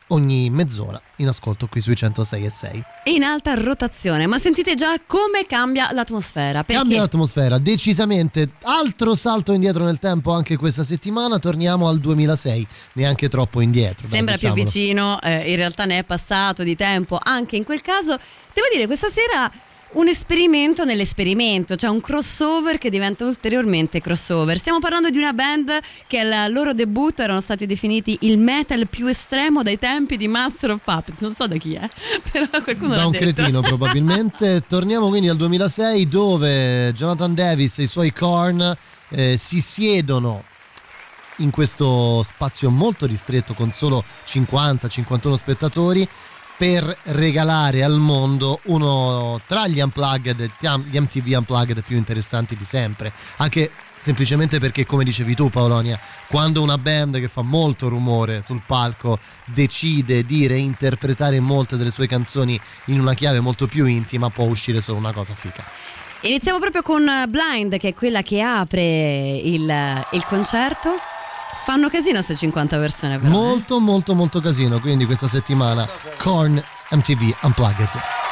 ogni mezz'ora in ascolto qui sui centosei e sei. In alta rotazione, ma sentite già come cambia l'atmosfera. Perché? Cambia l'atmosfera, decisamente. Altro salto indietro nel tempo anche questa settimana, torniamo al duemilasei, neanche troppo indietro. Sembra dai, più vicino, eh, in realtà ne è passato di tempo anche in quel caso. Devo dire, questa sera un esperimento nell'esperimento, cioè un crossover che diventa ulteriormente crossover. Stiamo parlando di una band che al loro debutto erano stati definiti il metal più estremo dai tempi di Master of Puppets. Non so da chi è, però qualcuno da l'ha un detto. cretino probabilmente. Torniamo quindi al duemilasei, dove Jonathan Davis e i suoi Korn eh, si siedono in questo spazio molto ristretto con solo cinquanta cinquantuno spettatori per regalare al mondo uno tra gli unplugged, gli M T V unplugged più interessanti di sempre, anche semplicemente perché, come dicevi tu Paolonia, quando una band che fa molto rumore sul palco decide di reinterpretare molte delle sue canzoni in una chiave molto più intima, può uscire solo una cosa fica. Iniziamo proprio con Blind, che è quella che apre il, il concerto. Fanno casino queste cinquanta persone però, molto eh? molto molto casino, quindi questa settimana Korn M T V Unplugged.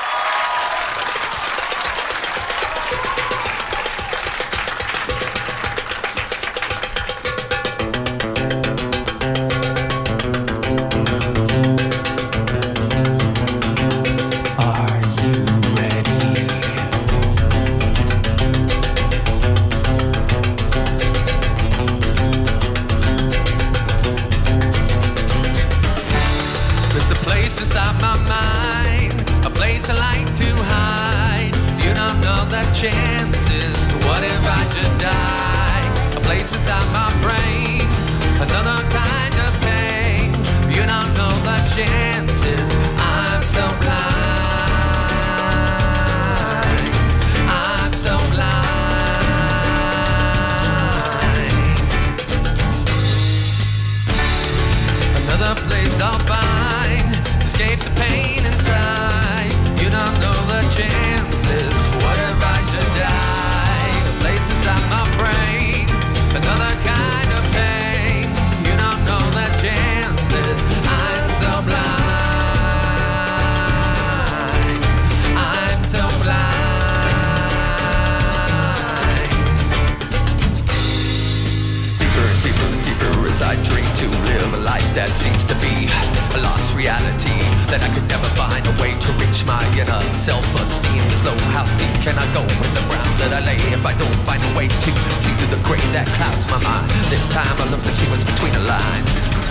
Chances, what if I should die? A place inside my brain, another kind of pain. You don't know the chances, I'm so blind. I'm so blind. Another place I'll find to escape the pain inside. You don't know the chances, what if I should die? The place inside my brain, another kind of pain. You don't know the chances, I'm so blind. I'm so blind. Deeper and deeper and deeper as I dream to live a life that seems to be a lost reality, that I could never find a way to reach my inner self-esteem. As though how deep can I go in the ground that I lay if I don't find a way to see through the gray that clouds my mind? This time I look to see what's between the lines.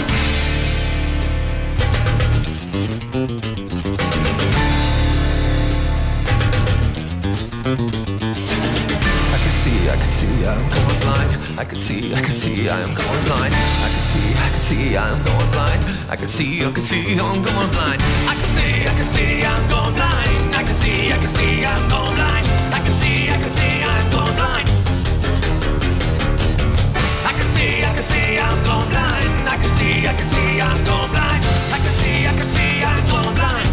I can see, I can see, I'm going blind. I can see, I can see, I'm going blind. I can see, I can see, I'm going blind. I can see, I can see, I'm going blind. I can see, I can see, I'm going blind. I can see, I can see, I'm going blind. I can see, I can see, I'm going blind. I can see, I can see, I'm going blind. I can see, I can see, I'm going blind. I can see, I can see, I'm going blind.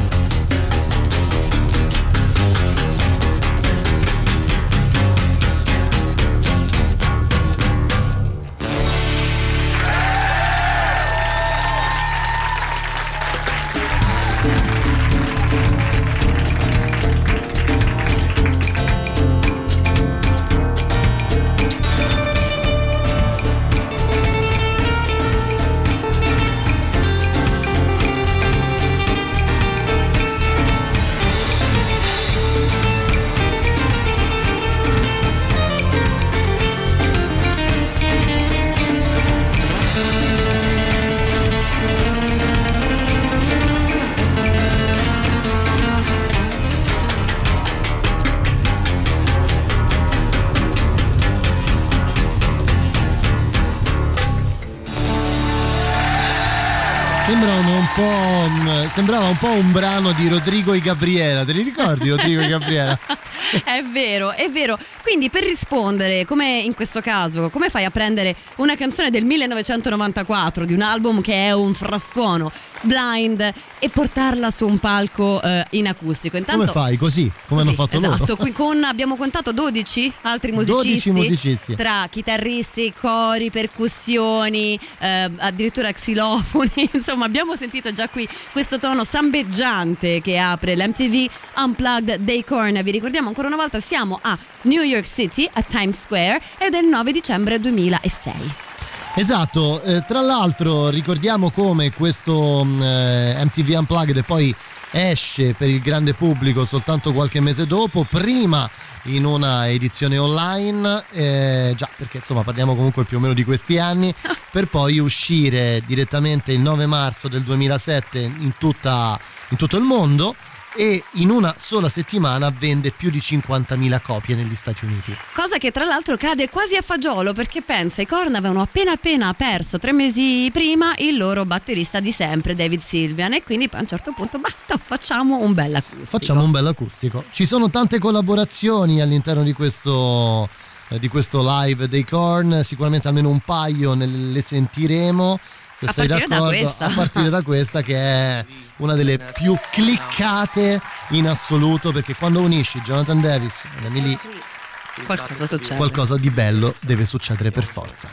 Sembrano un po', sembrava un po' un brano di Rodrigo e Gabriela. Te li ricordi Rodrigo e Gabriela? È vero, è vero. Quindi per rispondere, come in questo caso, come fai a prendere una canzone del millenovecentonovantaquattro di un album che è un frastuono blind e portarla su un palco eh, in acustico. Intanto, come fai? Così, come hanno fatto esatto, loro. qui con, abbiamo contato dodici altri musicisti, dodici musicisti. Tra chitarristi, cori, percussioni, eh, addirittura xilofoni. Insomma, abbiamo sentito già qui questo tono sambeggiante che apre l'M T V Unplugged Day Corn. Vi ricordiamo ancora una volta, siamo a New York City, a Times Square, ed è il nove dicembre duemilasei. Esatto, eh, tra l'altro ricordiamo come questo eh, M T V Unplugged poi esce per il grande pubblico soltanto qualche mese dopo, prima in una edizione online, eh, già perché insomma parliamo comunque più o meno di questi anni, per poi uscire direttamente il nove marzo del duemilasette in, tutta, in tutto il mondo, e in una sola settimana vende più di cinquantamila copie negli Stati Uniti. Cosa che tra l'altro cade quasi a fagiolo, perché pensa, i Korn avevano appena appena perso tre mesi prima il loro batterista di sempre, David Sylvian, e quindi poi a un certo punto bah, facciamo un bel acustico. Facciamo un bel acustico. Ci sono tante collaborazioni all'interno di questo, eh, di questo live dei Korn, sicuramente almeno un paio ne, le sentiremo. Se a sei d'accordo, da a partire da questa, che è una delle più cliccate in assoluto, perché quando unisci Jonathan Davis e Emily, qualcosa succede. Qualcosa di bello deve succedere per forza.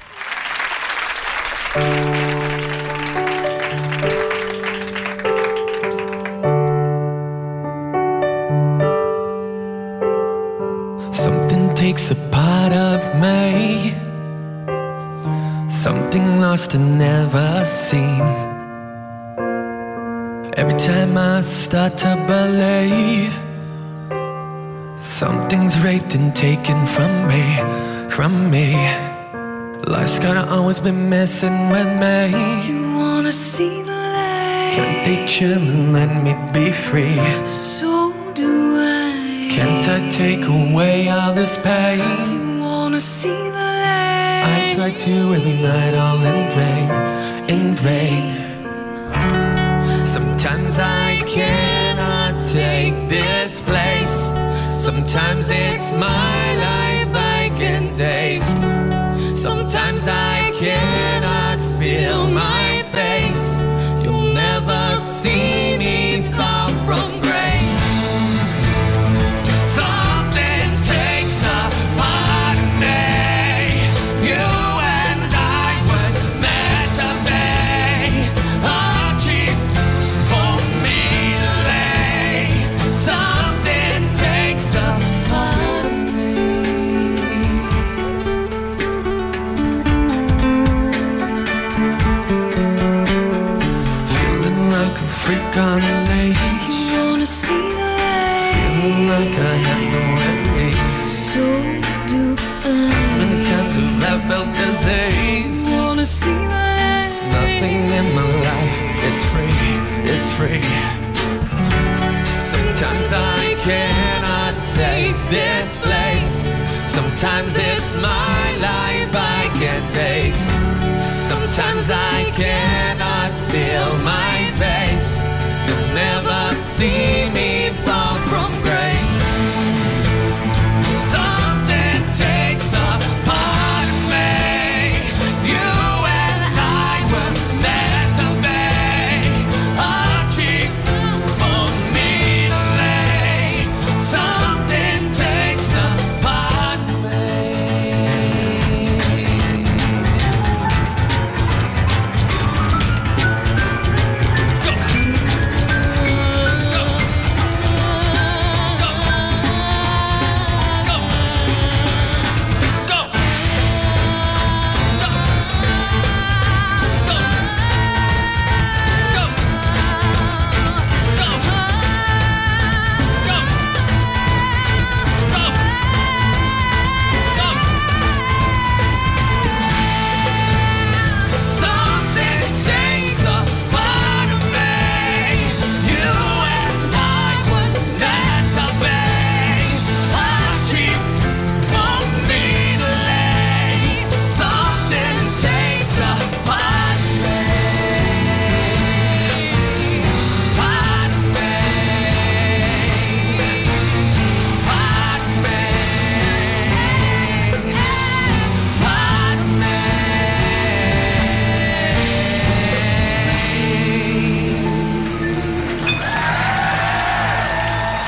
Something takes a part of me, something lost and never seen. Every time I start to believe, something's raped and taken from me, from me. Life's gotta always be messing with me. You wanna see the light? Can't they chill and let me be free? So do I. Can't I take away all this pain? You wanna see the light? I try to every night, all in vain, in vain. Sometimes I cannot take this place. Sometimes it's my life I can taste. Sometimes I cannot feel my face. You'll never see me far from grace. Something takes a part of me. You and I were meant to be. A cheap for me to lay. Something takes a part of me. Feeling like a freak on a leash. You wanna see the light? Feeling like I have no enemies. So do I. Many times have I felt disease. You wanna see the light? Nothing in my life is free, is free. Sometimes I cannot take this place. Sometimes it's my life I can't taste. Sometimes I cannot feel my face. You'll never see me fall from grace. Something takes a part of me. You and I were meant to be. A cheap for me to lay. Something takes a part of me. Go. Go.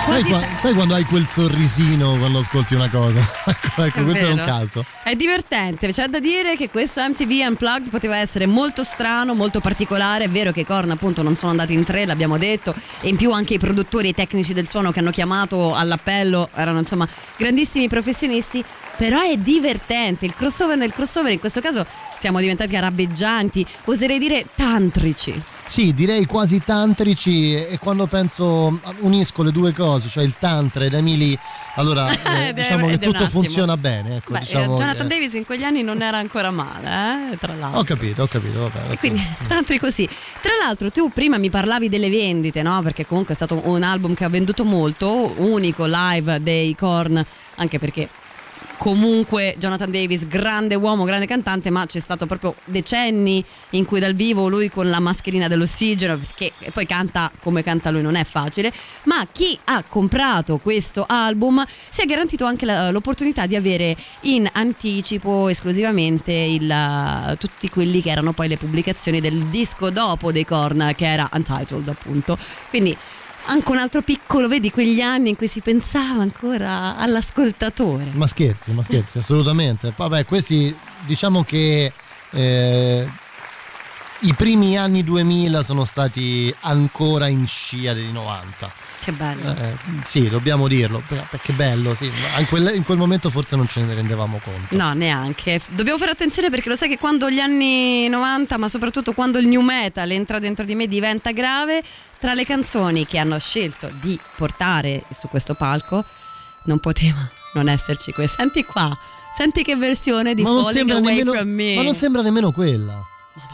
Sai, qua- sai quando hai quel sorrisino quando ascolti una cosa? Ecco, ecco È questo è un vero. caso. È divertente, c'è da dire che questo M T V Unplugged poteva essere molto strano, molto particolare. È vero che i Korn appunto non sono andati in tre, l'abbiamo detto, e in più anche i produttori e i tecnici del suono che hanno chiamato all'appello erano insomma grandissimi professionisti, però è divertente. Il crossover nel crossover, in questo caso siamo diventati arabeggianti, oserei dire tantrici. Sì, direi quasi tantrici, e quando penso unisco le due cose, cioè il tantra ed Emily, allora eh, Ed è- diciamo che ed è un tutto attimo. funziona bene, ecco, Beh, diciamo eh, Jonathan che- Davis in quegli anni non era ancora male, eh, tra l'altro. Ho capito, ho capito, vabbè. E adesso- quindi tanti così. Tra l'altro tu prima mi parlavi delle vendite, no? Perché comunque è stato un album che ha venduto molto, unico live dei Korn, anche perché comunque Jonathan Davis, grande uomo, grande cantante, ma c'è stato proprio decenni in cui dal vivo lui con la mascherina dell'ossigeno, perché poi canta come canta lui, non è facile, ma chi ha comprato questo album si è garantito anche la- l'opportunità di avere in anticipo esclusivamente il, tutti quelli che erano poi le pubblicazioni del disco dopo dei Korn, che era Untitled appunto. Quindi anche un altro piccolo, vedi, quegli anni in cui si pensava ancora all'ascoltatore. Ma scherzi, ma scherzi, assolutamente. Vabbè, questi diciamo che eh, i primi anni duemila sono stati ancora in scia dei novanta. Che bello. Eh, sì, dobbiamo dirlo, perché bello, sì. Ma in quel, in quel momento forse non ce ne rendevamo conto. No, neanche. Dobbiamo fare attenzione, perché lo sai che quando gli anni novanta, ma soprattutto quando il new metal entra dentro di me, diventa grave. Tra le canzoni che hanno scelto di portare su questo palco non poteva non esserci questa. Senti qua, senti che versione di Ma non Falling sembra Away nemmeno, From Me. ma non sembra nemmeno quella.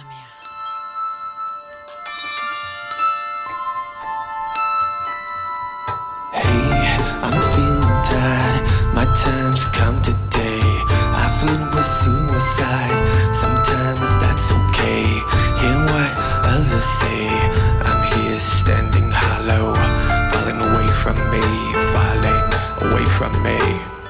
I'm feeling tired, my time's come today. I flirt with suicide, sometimes that's okay. Hear what others say, I'm here standing hollow, falling away from me, falling away from me.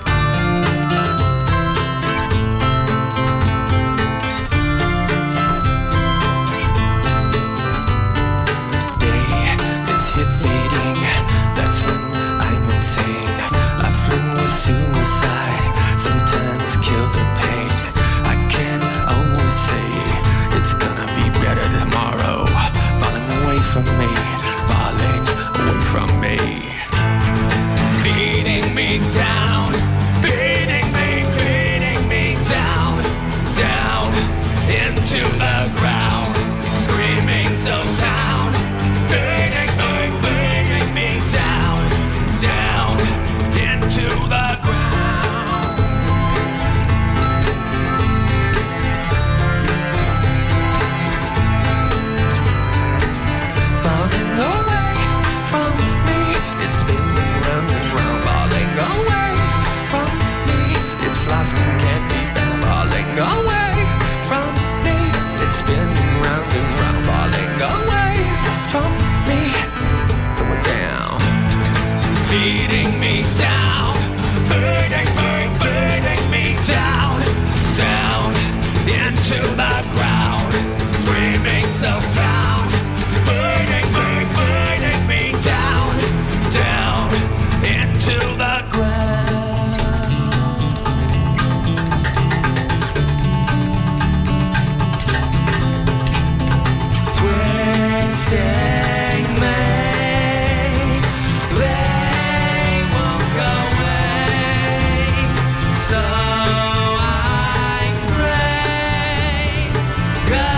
Day is here fading, that's when I'm insane. I fling with suicide, sometimes kill the pain. I can't always say it's gonna be better tomorrow. Falling away from me, falling away from me. Beating me down, beating me, beating me down, down into the ground, screaming so sound. Beating me, beating me down, down into the ground. Falling away from me, it's spinning round and round. Falling away from me, it's lost and can't be found. Falling away from me, it's spinning round and round. Falling away from me, throw it down. Beating me down, beating me, beating me down, down into the ground, screaming so sound. Beating me, beating me down, down into the ground. Twisting me, they won't go away. So I pray, go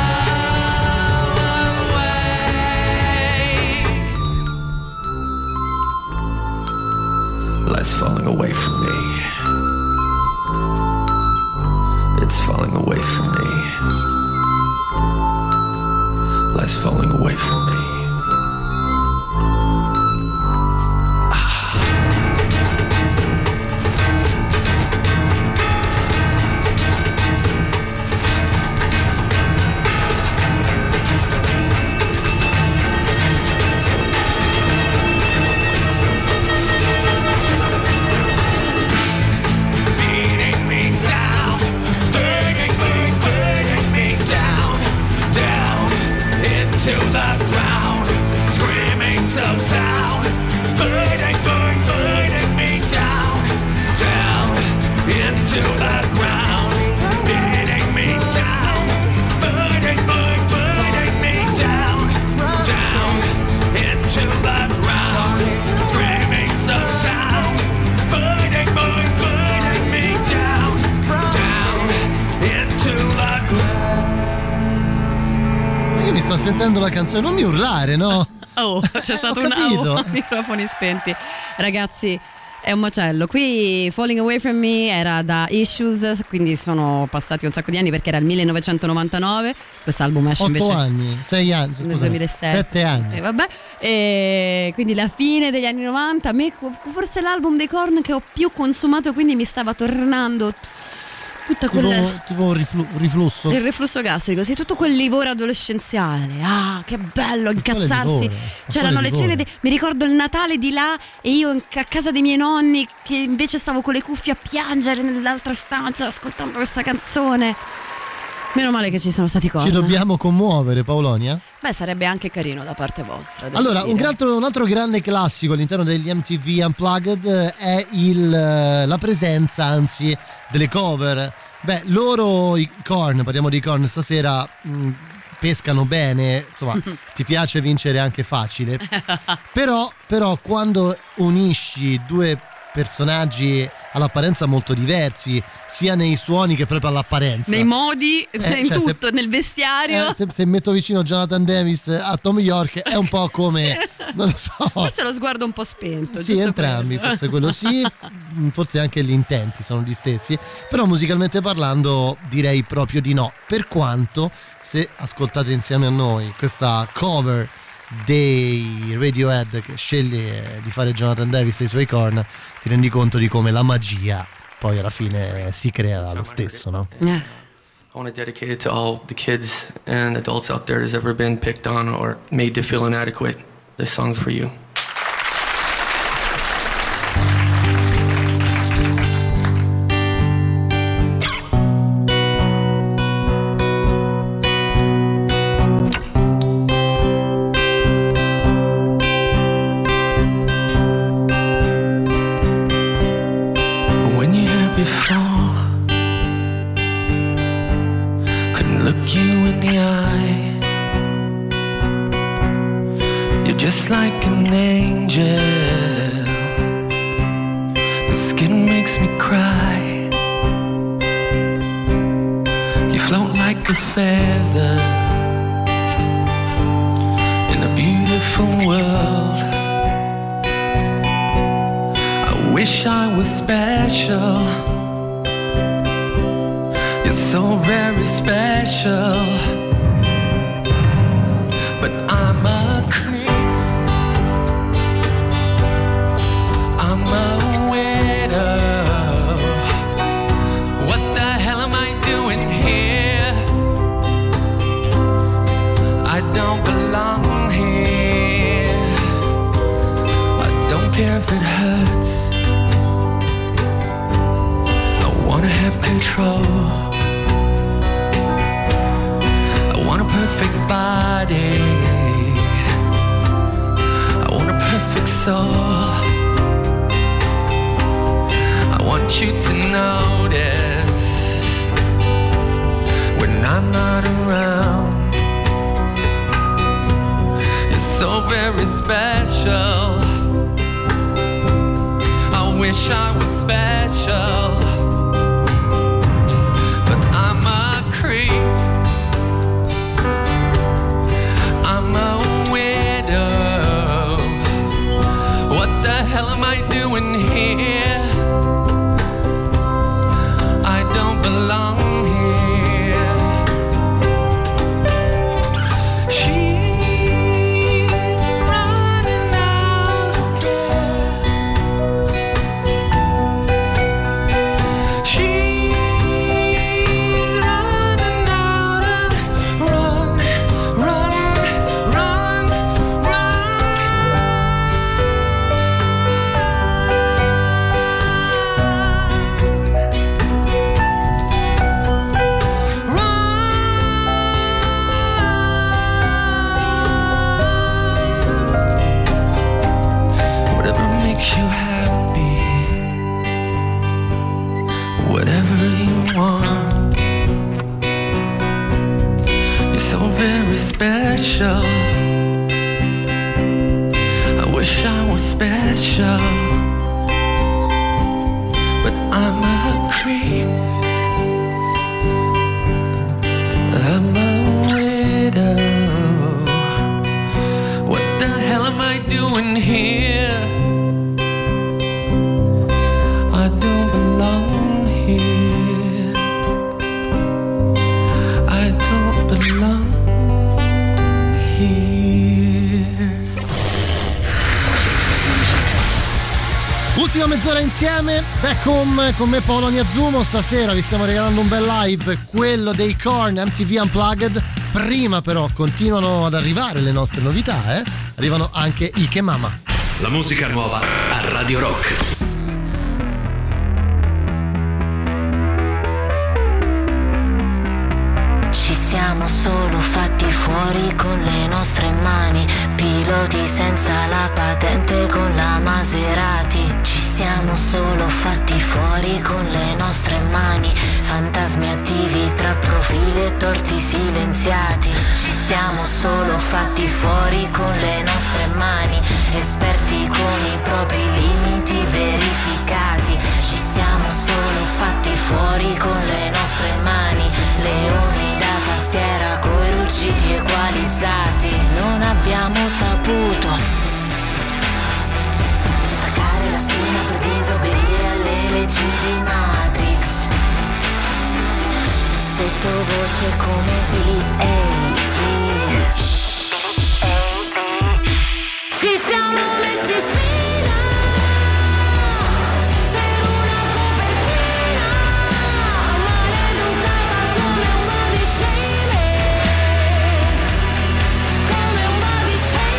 away. Life's falling away from me. It's falling away from me. Life's falling away from me. Beating me down, beating me, beating me down, down into the ground. sentendo la canzone, non mi urlare, no? Oh, c'è Eh, stato ho un capito. oh, microfoni spenti. Ragazzi, è un macello. Qui Falling Away From Me era da Issues, quindi sono passati un sacco di anni perché era il millenovecentonovantanove. Quest'album esce Otto invece anni, sei anni, nel scusami, duemilasette. sette anni. Sì, vabbè. E quindi la fine degli anni novanta. A me forse l'album dei Korn che ho più consumato, quindi mi stava tornando tutta Tipo, quella tipo un riflu- riflusso. il reflusso gastrico, sì, tutto quel livore adolescenziale. Ah, che bello incazzarsi. livore? C'erano Quale le cene livore? di- mi ricordo il Natale di là e io in- a casa dei miei nonni che invece stavo con le cuffie a piangere nell'altra stanza ascoltando questa canzone. Meno male che ci sono stati Korn. Ci dobbiamo commuovere, Paolonia? Beh, sarebbe anche carino da parte vostra. devo Allora, un dire. altro, un altro grande classico all'interno degli M T V Unplugged è il, la presenza, anzi, delle cover. Beh, loro, i Korn, parliamo di Korn stasera, mh, pescano bene, insomma, ti piace vincere anche facile. Però, però quando unisci due personaggi all'apparenza molto diversi, sia nei suoni che proprio all'apparenza, Nei modi, Eh, in cioè, tutto, se- nel vestiario. eh, se, se metto vicino Jonathan Davis a Tom York è un po' come, non lo so, Forse lo sguardo un po' spento. sì, giusto entrambi, quello. forse quello sì, mh, forse anche gli intenti sono gli stessi, però musicalmente parlando direi proprio di no, per quanto se ascoltate insieme a noi questa cover dei Radiohead che sceglie di fare Jonathan Davis e i suoi Korn, ti rendi conto di come la magia poi alla fine si crea lo stesso, no? Eh. I want to dedicate it to all the kids and adults out there that's ever been picked on or made to feel inadequate. This song's for you. When you're here before, couldn't look you in the eye. You're just like an angel. The skin makes me cry. You float like a feather in a beautiful world. I wish I was special. You're so very special. But I'm a creep. I'm a widow. What the hell am I doing here? I don't belong here. I don't care if it hurts. I wanna have control. I want a perfect body. I want a perfect soul. I want you to notice when I'm not around. You're so very special. I wish I was special. But I'm a creep. I'm a widow. What the hell am I doing here? I don't belong here. She's running out again. She's running out of run, run, run, whatever makes you happy, whatever you want. You're so very special. I wish I was special, but I'm a creep. I'm a widow. in here. I don't belong here. I don't belong here. Ultima mezz'ora insieme, back home con me Paolo Niazumo. Stasera vi stiamo regalando un bel live, quello dei Korn, M T V Unplugged. Prima però continuano ad arrivare le nostre novità, eh? Arrivano anche i Che Mama. La musica nuova a Radio Rock. Ci siamo solo fatti fuori con le nostre mani, piloti senza la patente con la Maserati. Ci siamo solo fatti fuori con le nostre mani, fantasmi attivi tra profili e torti silenziati. Ci siamo solo fatti fuori con le nostre mani, esperti con i propri limiti verificati. Ci siamo solo fatti fuori con le nostre mani, leoni da tastiera coi ruggiti equalizzati. Non abbiamo saputo staccare la spina per disobbedire alle leggi di Matrix. Sottovoce come Billy Eilish. Ci siamo messi in sfida per una copertina maleducata come un body shaming, come un body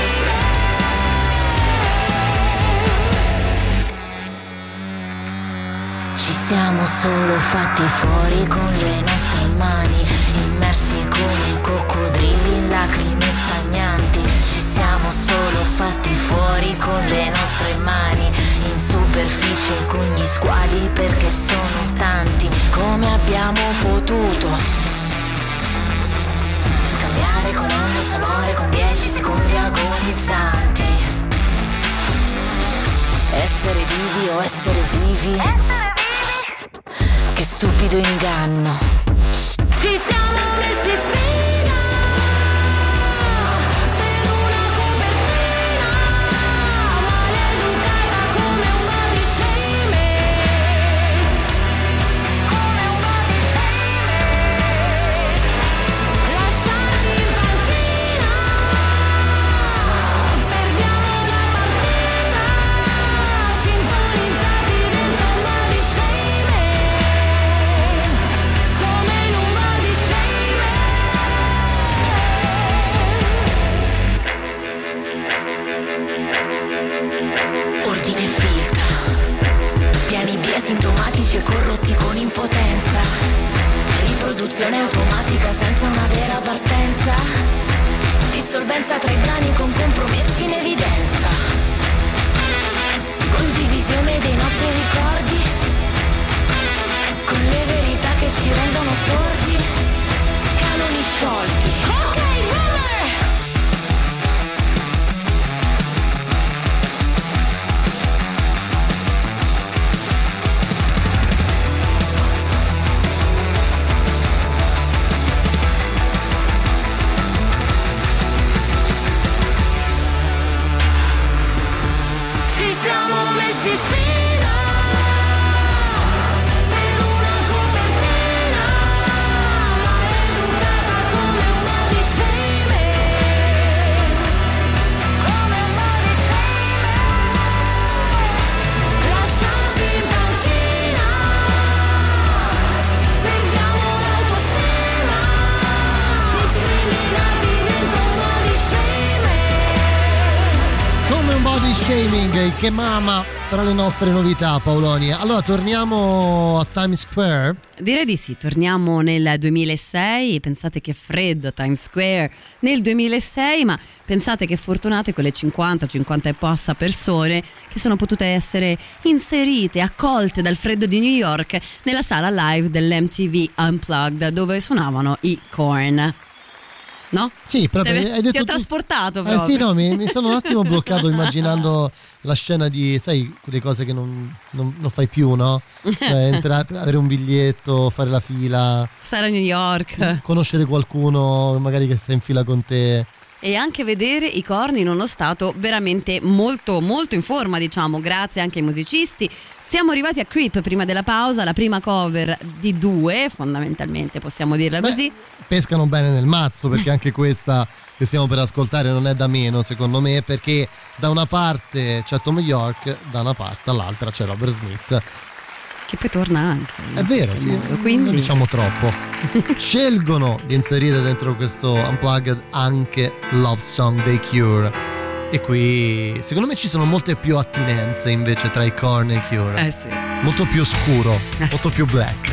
shaming. Ci siamo solo fatti fuori con le nostre mani, immersi come coccodrilli in lacrime stagnanti. Ci siamo solo fatti fuori con le nostre mani, in superficie con gli squali perché sono tanti. Come abbiamo potuto scambiare colonne sonore con dieci secondi agonizzanti? Essere divi o essere vivi? Che stupido inganno. Ci siamo messi in sfida per una copertina maleducata come un body shaming, come un body shaming. Lasciati in panchina, perdiamo la partita, sintonizzati dentro un body shaming, come in un body shaming. Ordine filtra, piani B asintomatici e corrotti con impotenza, riproduzione automatica senza una vera partenza, dissolvenza tra i brani con compromessi in evidenza, condivisione dei nostri ricordi con le verità che ci rendono sordi, canoni sciolti. Ok, boomer! Ci siamo messi in sfida per una copertina maleducata come un body shaming, come un body shaming. Lasciati in panchina, perdiamo l'autostima, discriminati dentro un body shaming. Come un body shaming, i Che Mama tra le nostre novità, Paolonia. Allora torniamo a Times Square. Direi di sì, torniamo nel duemilasei. Pensate che freddo a Times Square nel duemilasei, ma pensate che fortunate quelle cinquanta cinquanta e passa persone che sono potute essere inserite, accolte dal freddo di New York nella sala live dell'M T V Unplugged, dove suonavano i Korn. No? Sì, proprio Deve, hai detto ti ha tu... trasportato Eh proprio. sì, no, mi, mi sono un attimo bloccato immaginando la scena di, sai, quelle cose che non, non, non fai più, no? Cioè, entrare, avere un biglietto, fare la fila, stare a New York, conoscere qualcuno magari che sta in fila con te. e anche vedere i corni in uno stato veramente molto molto in forma, diciamo, grazie anche ai musicisti. Siamo arrivati a Creep prima della pausa, la prima cover di due, fondamentalmente possiamo dirla Beh, così. pescano bene nel mazzo, perché anche questa che stiamo per ascoltare non è da meno, secondo me, perché da una parte c'è Tom York, da una parte all'altra c'è Robert Smith. Che poi torna anche. È vero, sì, quindi... non diciamo troppo. Scelgono di inserire dentro questo Unplugged anche Love Song dei Cure. E qui secondo me ci sono molte più attinenze invece tra i Korn e i Cure. Eh sì. Molto più scuro, eh molto sì. più black.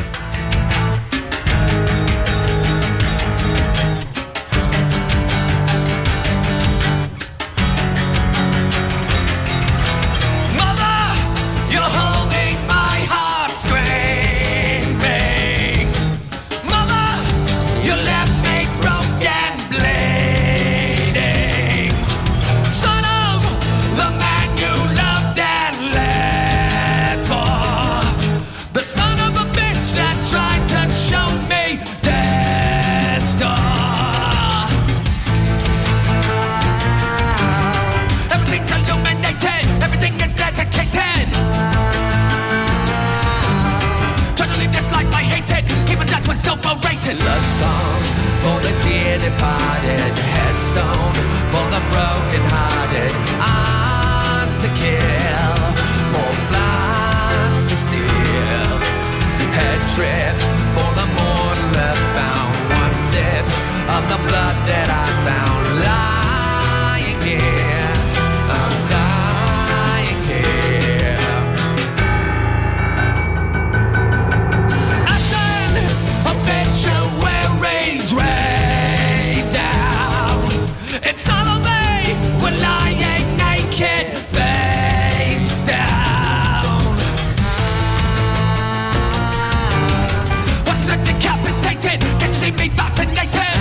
Love song for the dear departed, headstone for the broken hearted, ours to kill, more flies to steal, head trip for the mortal earthbound, one sip of the blood that I found lying here, I'm dying here. Obituaries rain down. It's all of me. We're lying naked, face down. What is it decapitated? Can't you see me fascinated?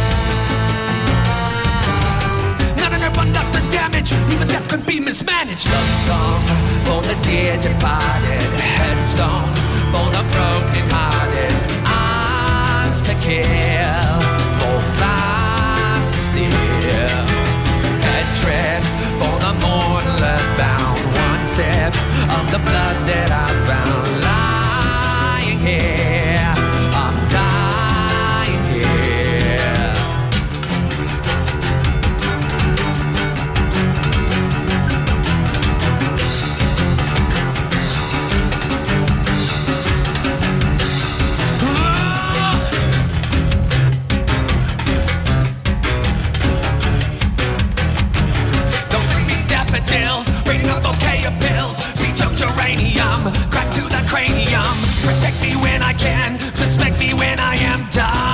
No, no, no, but not the damage. Even that could be mismanaged. Love song for the dear departed, headstone for the broken hearted. To kill, more flies to steal, head trip for the mortal earthbound, one sip of the blood that I found lying here, I'm dying here. Bring a bouquet of pills, see choked uranium, crack to the cranium. Protect me when I can, respect me when I am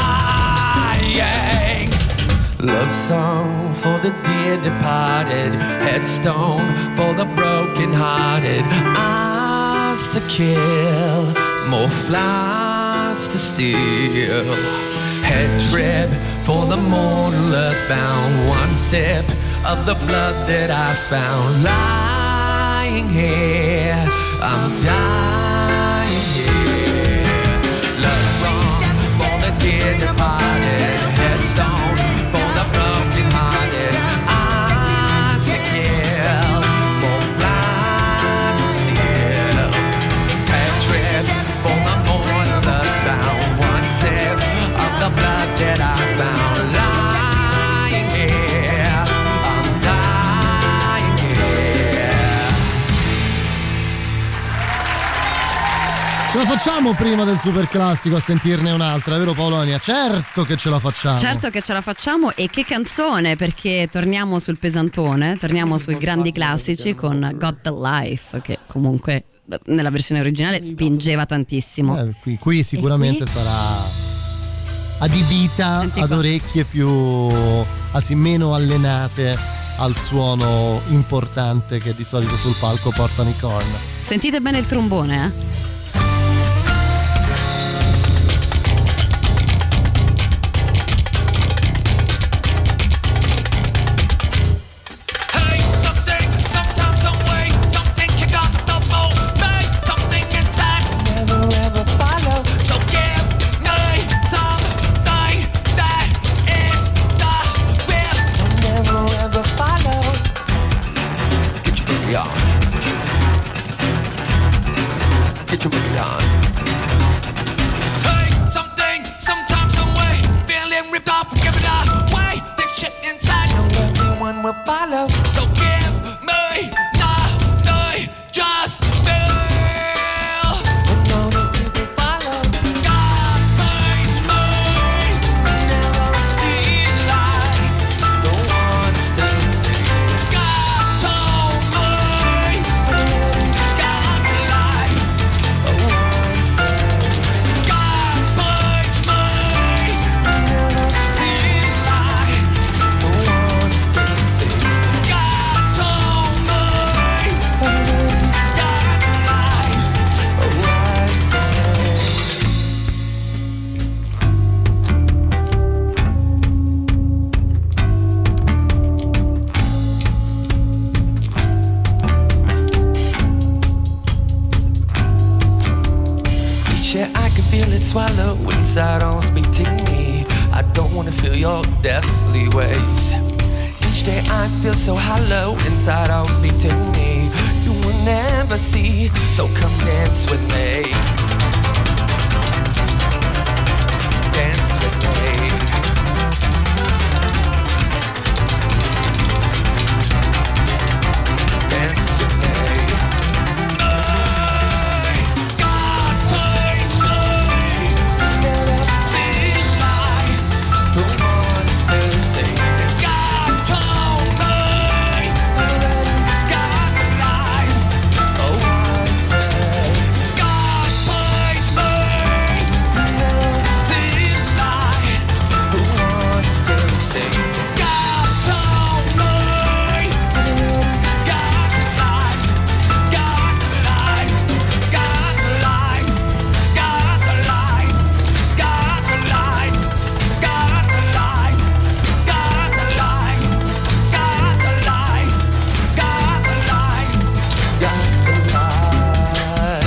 dying. Love song for the dear departed, headstone for the broken hearted, eyes to kill, more flies to steal, head trip for the mortal earthbound, one sip of the blood that I found lying here, I'm dying here. Love song for the dear departed, headstone for the broken hearted, eyes to kill, more flies to steal, head trip for the mortal earthbound, one sip of the blood that I found lying here. Ce la facciamo prima del super classico a sentirne un'altra, vero Paolonia? Certo che ce la facciamo. Certo che ce la facciamo, e che canzone, perché torniamo sul pesantone, torniamo sui grandi classici con Got the Life, che comunque nella versione originale spingeva tantissimo. Eh, qui, qui sicuramente qui? sarà adibita ad orecchie più, anzi meno allenate al suono importante che di solito sul palco portano i Korn. Sentite bene il trombone, eh? Never will follow. So give me nothing, just feel. And all the people follow. God paints me, never see light. No one's to see. God told me, God life. No one said. God paints me, never see light. No one's to see. God told me, God life. No one said. Each year I can feel it swallow inside arms beating me. I don't wanna feel your deathly ways. Each day I feel so hollow inside arms beating me. You will never see, so come dance with me. Dance with me. Dance with me. God paints me, never see light. No one's to see. God told me, God life. Oh, I said. God paints me, never see light. Who wants to see? God told me, God life. God life. God life. God life. God life. God life. God life. God life. God life. God life.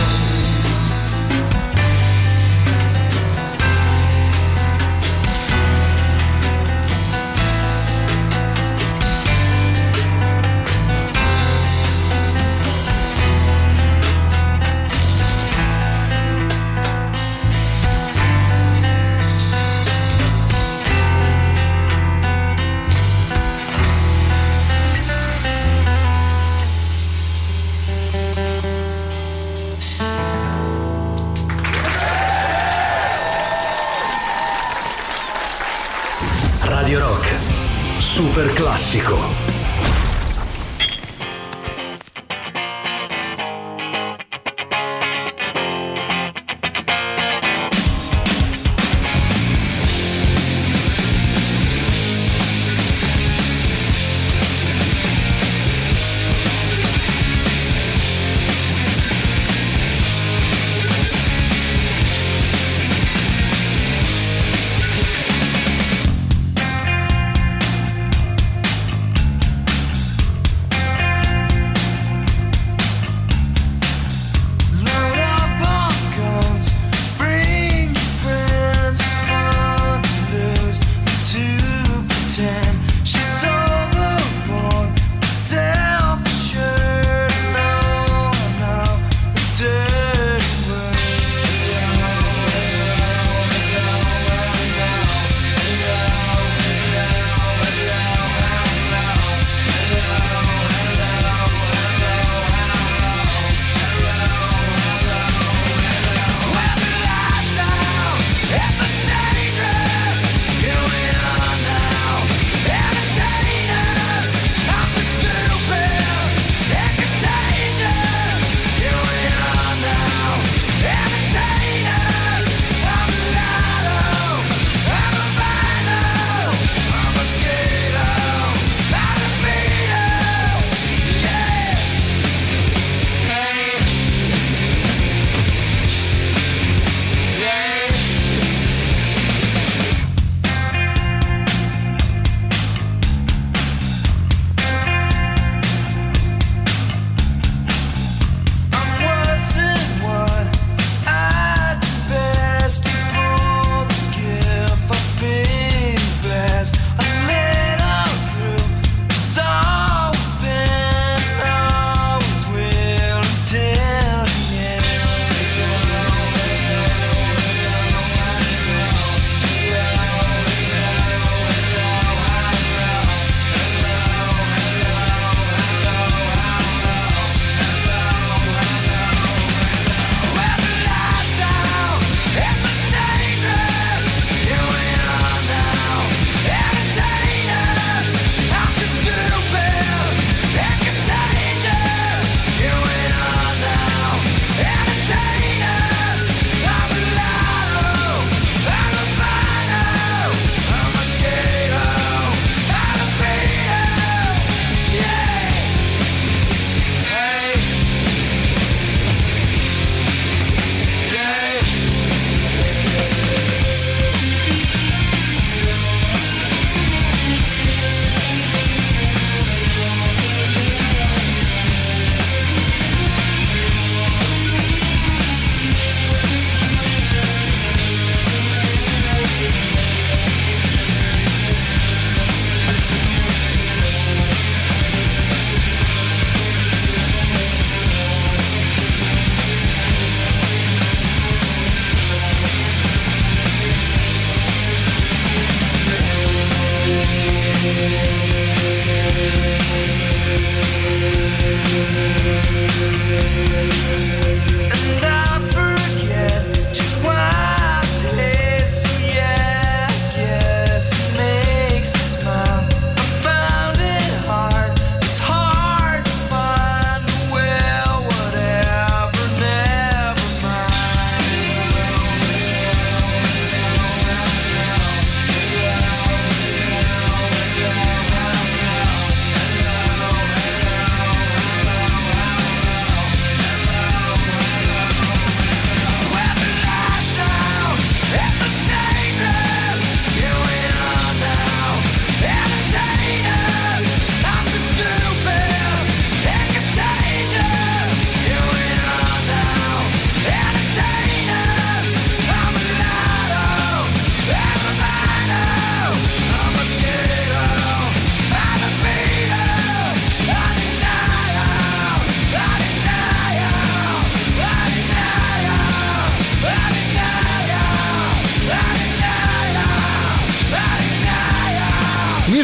Radio Rock, super classico.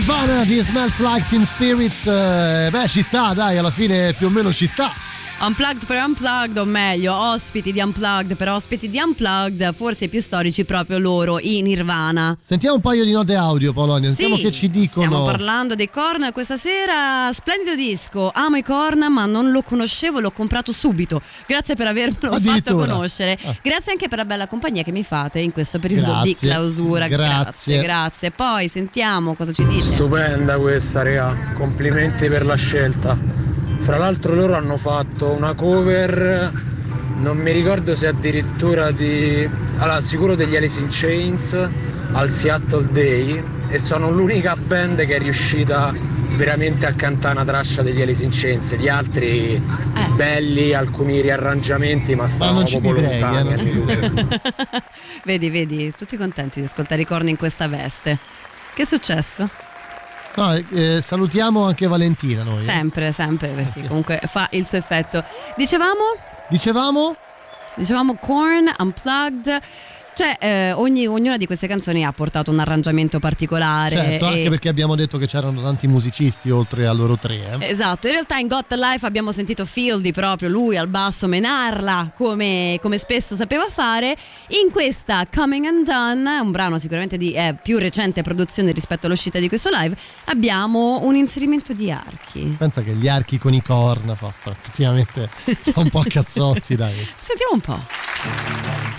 Nirvana di Smells Like Teen Spirit. Eh, beh, ci sta, dai, alla fine più o meno ci sta. Unplugged per Unplugged, o meglio, ospiti di Unplugged per ospiti di Unplugged, forse i più storici proprio loro, i Nirvana. Sentiamo un paio di note audio, Polonia, sentiamo sì, che ci dicono. Stiamo parlando dei Korn questa sera, splendido disco, amo i Korn ma non lo conoscevo, l'ho comprato subito, grazie per avermelo fatto conoscere, ah. grazie anche per la bella compagnia che mi fate in questo periodo Grazie. di clausura, Grazie. grazie, grazie. Poi sentiamo cosa ci dice. Stupenda questa, raga, complimenti per la scelta. Fra l'altro loro hanno fatto una cover, non mi ricordo se addirittura di... allora sicuro degli Alice in Chains al Seattle Day, e sono l'unica band che è riuscita veramente a cantare una traccia degli Alice in Chains. Gli altri eh. belli, alcuni riarrangiamenti, ma stavano proprio lontani. Eh, vedi, vedi, tutti contenti di ascoltare i Korn in questa veste. Che è successo? No, eh, salutiamo anche Valentina noi. Sempre, sempre, perché Grazie. comunque fa il suo effetto. Dicevamo? Dicevamo? Dicevamo Korn, Unplugged. Cioè, eh, ogni, ognuna di queste canzoni ha portato un arrangiamento particolare. Certo, e... anche perché abbiamo detto che c'erano tanti musicisti oltre a loro tre. Eh. Esatto, in realtà in Got the Life abbiamo sentito Fieldy, proprio lui al basso menarla come, come spesso sapeva fare. In questa Coming Undone, un brano sicuramente di eh, più recente produzione rispetto all'uscita di questo live, abbiamo un inserimento di archi. Pensa che gli archi con i corna fa, fa effettivamente fa un po' cazzotti, dai. Sentiamo un po'.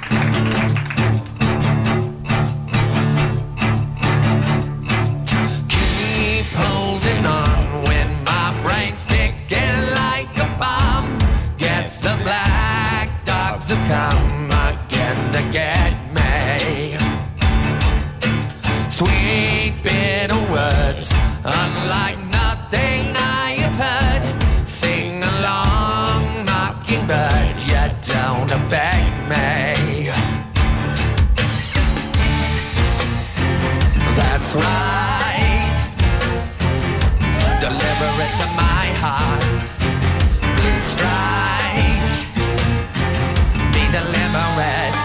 Holding on when my brain's ticking like a bomb. Guess the black dogs have come again to get me. Sweet bitter words, unlike nothing I have heard. Sing along, mockingbird, you don't affect me. That's right. Deliver it to my heart. Please strike me deliverance.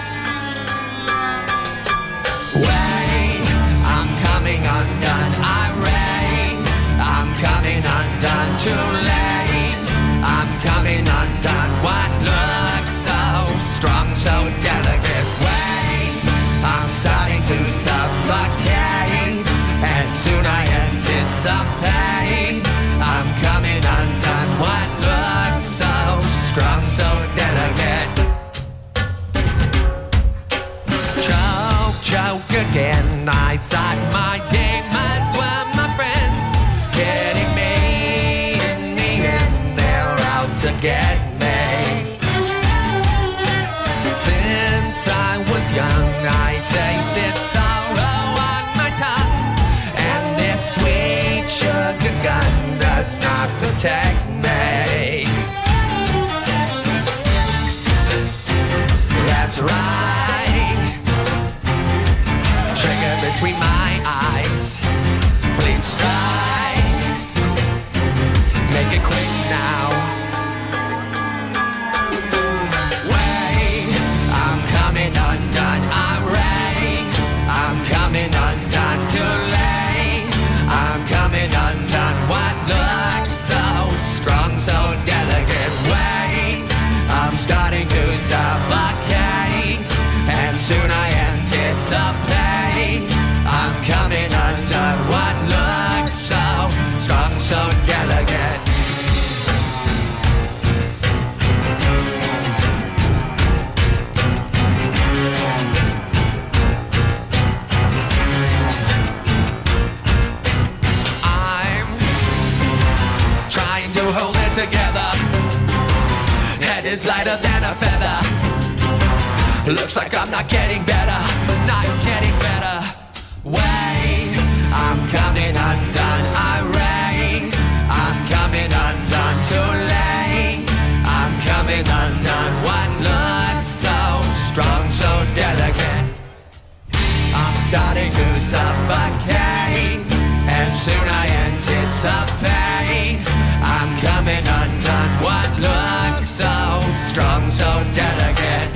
Wait, I'm coming undone. Irate, I'm coming undone. Too late, I'm coming undone. What looks so strong, so delicate? Wait, I'm starting to suffocate, and soon I anticipate I'm coming undone. What looks so strong, so delicate? Choke, choke again. I thought my demons were my friends, getting me in the end. They're out to get me. Since I was young, I tasted sorrow on my tongue, and this sweet sugar gun does not protect me. That's right. Trigger between my eyes. Please strike. Make it quick now. Wait, I'm coming undone. I'm ready. I'm coming undone. Too late. I'm coming undone. What looks so strong, so delicate? Wait, I'm starting to suffocate, and soon I anticipate I'm coming undone. What looks so strong, so delicate? Trying to hold it together. Head is lighter than a feather. Looks like I'm not getting better, not getting better. Wait, I'm coming undone. Irate, I'm coming undone. Too late, I'm coming undone. What looks so strong, so delicate? I'm starting to suffocate, and soon I anticipate I'm coming undone. What looks so strong, so delicate?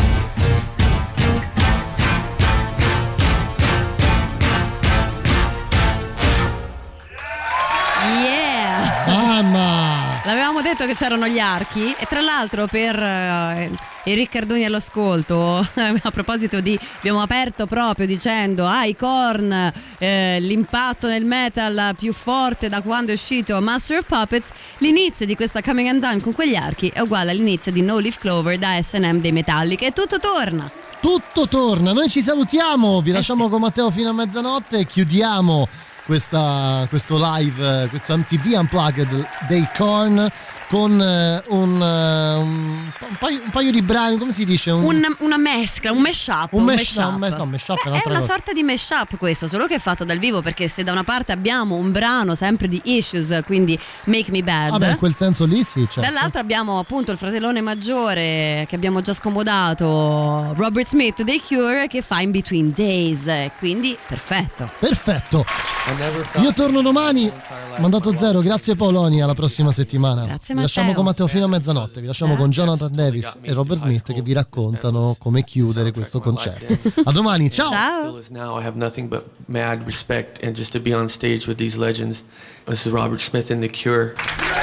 che c'erano gli archi. E tra l'altro per eh, i Riccardoni all'ascolto, a proposito di, abbiamo aperto proprio dicendo ah, i Korn, eh, l'impatto nel metal più forte da quando è uscito Master of Puppets. L'inizio di questa Coming Undone con quegli archi è uguale all'inizio di No Leaf Clover da S and M dei Metallica, e tutto torna. Tutto torna, noi ci salutiamo, vi eh lasciamo sì. con Matteo fino a mezzanotte e chiudiamo questa, questo live, questo M T V Unplugged dei Korn con uh, un, uh, un, paio, un paio di brani, come si dice? Un, una, una mescla, un mashup. Un, un mash, mashup. no, me, no, mashup Beh, è, è una cosa. sorta di mashup questo, solo che è fatto dal vivo, perché se da una parte abbiamo un brano sempre di Issues, quindi Make Me Bad, vabbè, in quel senso lì sì, certo. Dall'altro abbiamo appunto il fratellone maggiore che abbiamo già scomodato, Robert Smith dei Cure, che fa In Between Days, quindi perfetto. Perfetto. Io torno domani, mandato zero, grazie Paoloni, alla prossima settimana. Grazie Vi lasciamo Matteo. con Matteo fino a mezzanotte, vi lasciamo con Jonathan Davis e Robert Smith che vi raccontano come chiudere questo concerto. A domani, ciao! Ciao! Now I have nothing but mad respect, and just to be on stage with these legends. This is Robert Smith and The Cure.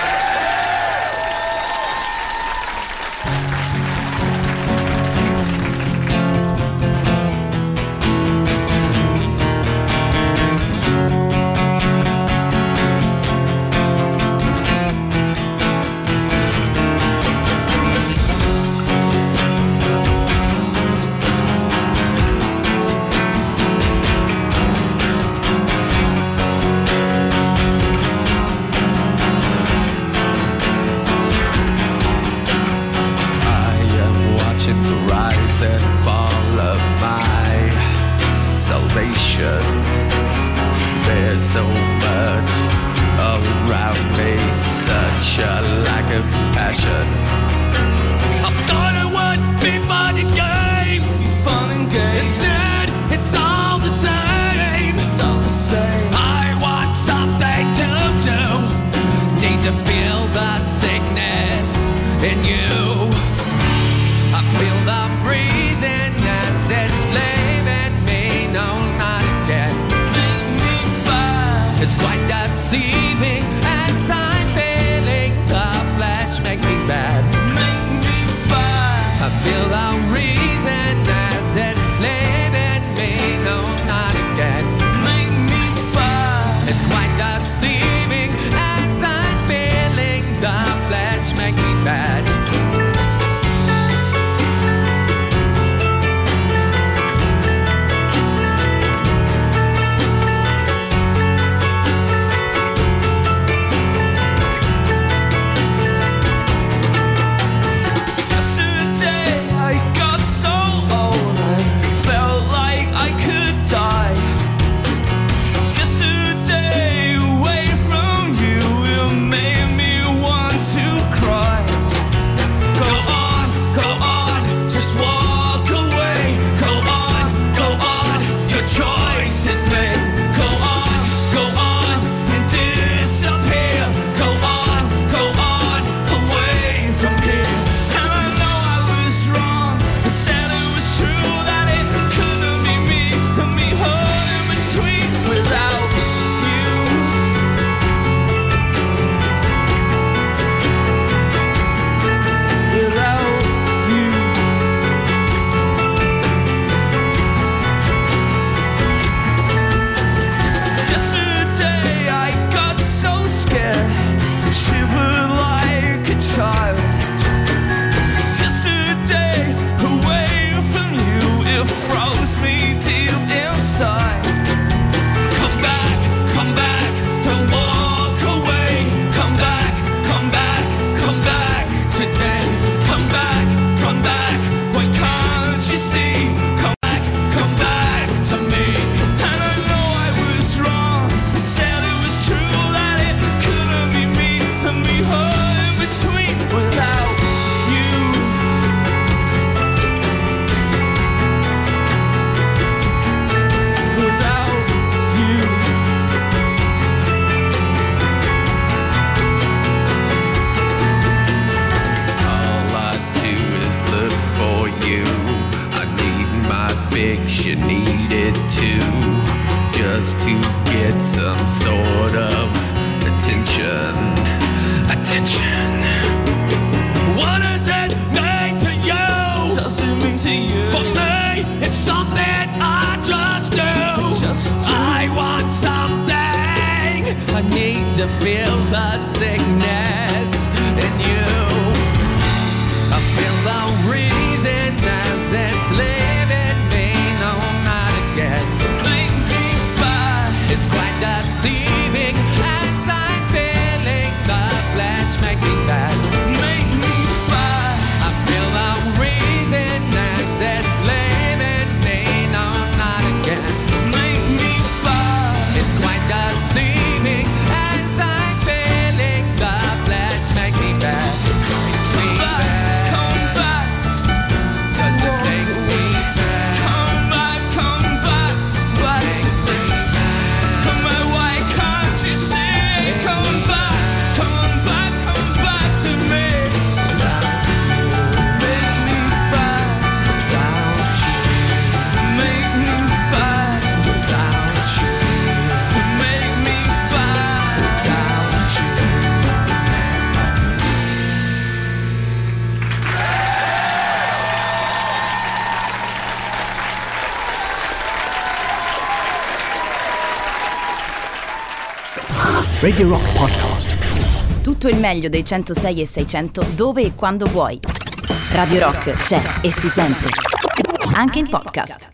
fix, you need it too, just to get some sort of attention. Attention. does it mean to you? Does it mean to you? For me, it's something I just do. Just do. I want something. I need to feel the sickness in you. I feel the reason as it's leaving me, no, not again. Make me buy. It's quite deceiving as I'm feeling the flesh make me bad. Make me buy. I feel the reason as it's leaving me, no, not again. Make me buy. It's quite deceiving as I'm feeling the flesh make me bad. Me bad. Come back. Does it make me bad? Come back, come back, back to me. Come back, why can't you see? Come back, come back, come back to me. Make me back Without you, make me back without you, make me back without you. Radio Rock Podcast. Tutto il meglio dei centosei e seicento dove e quando vuoi. Radio Rock c'è e si sente. Anche in podcast.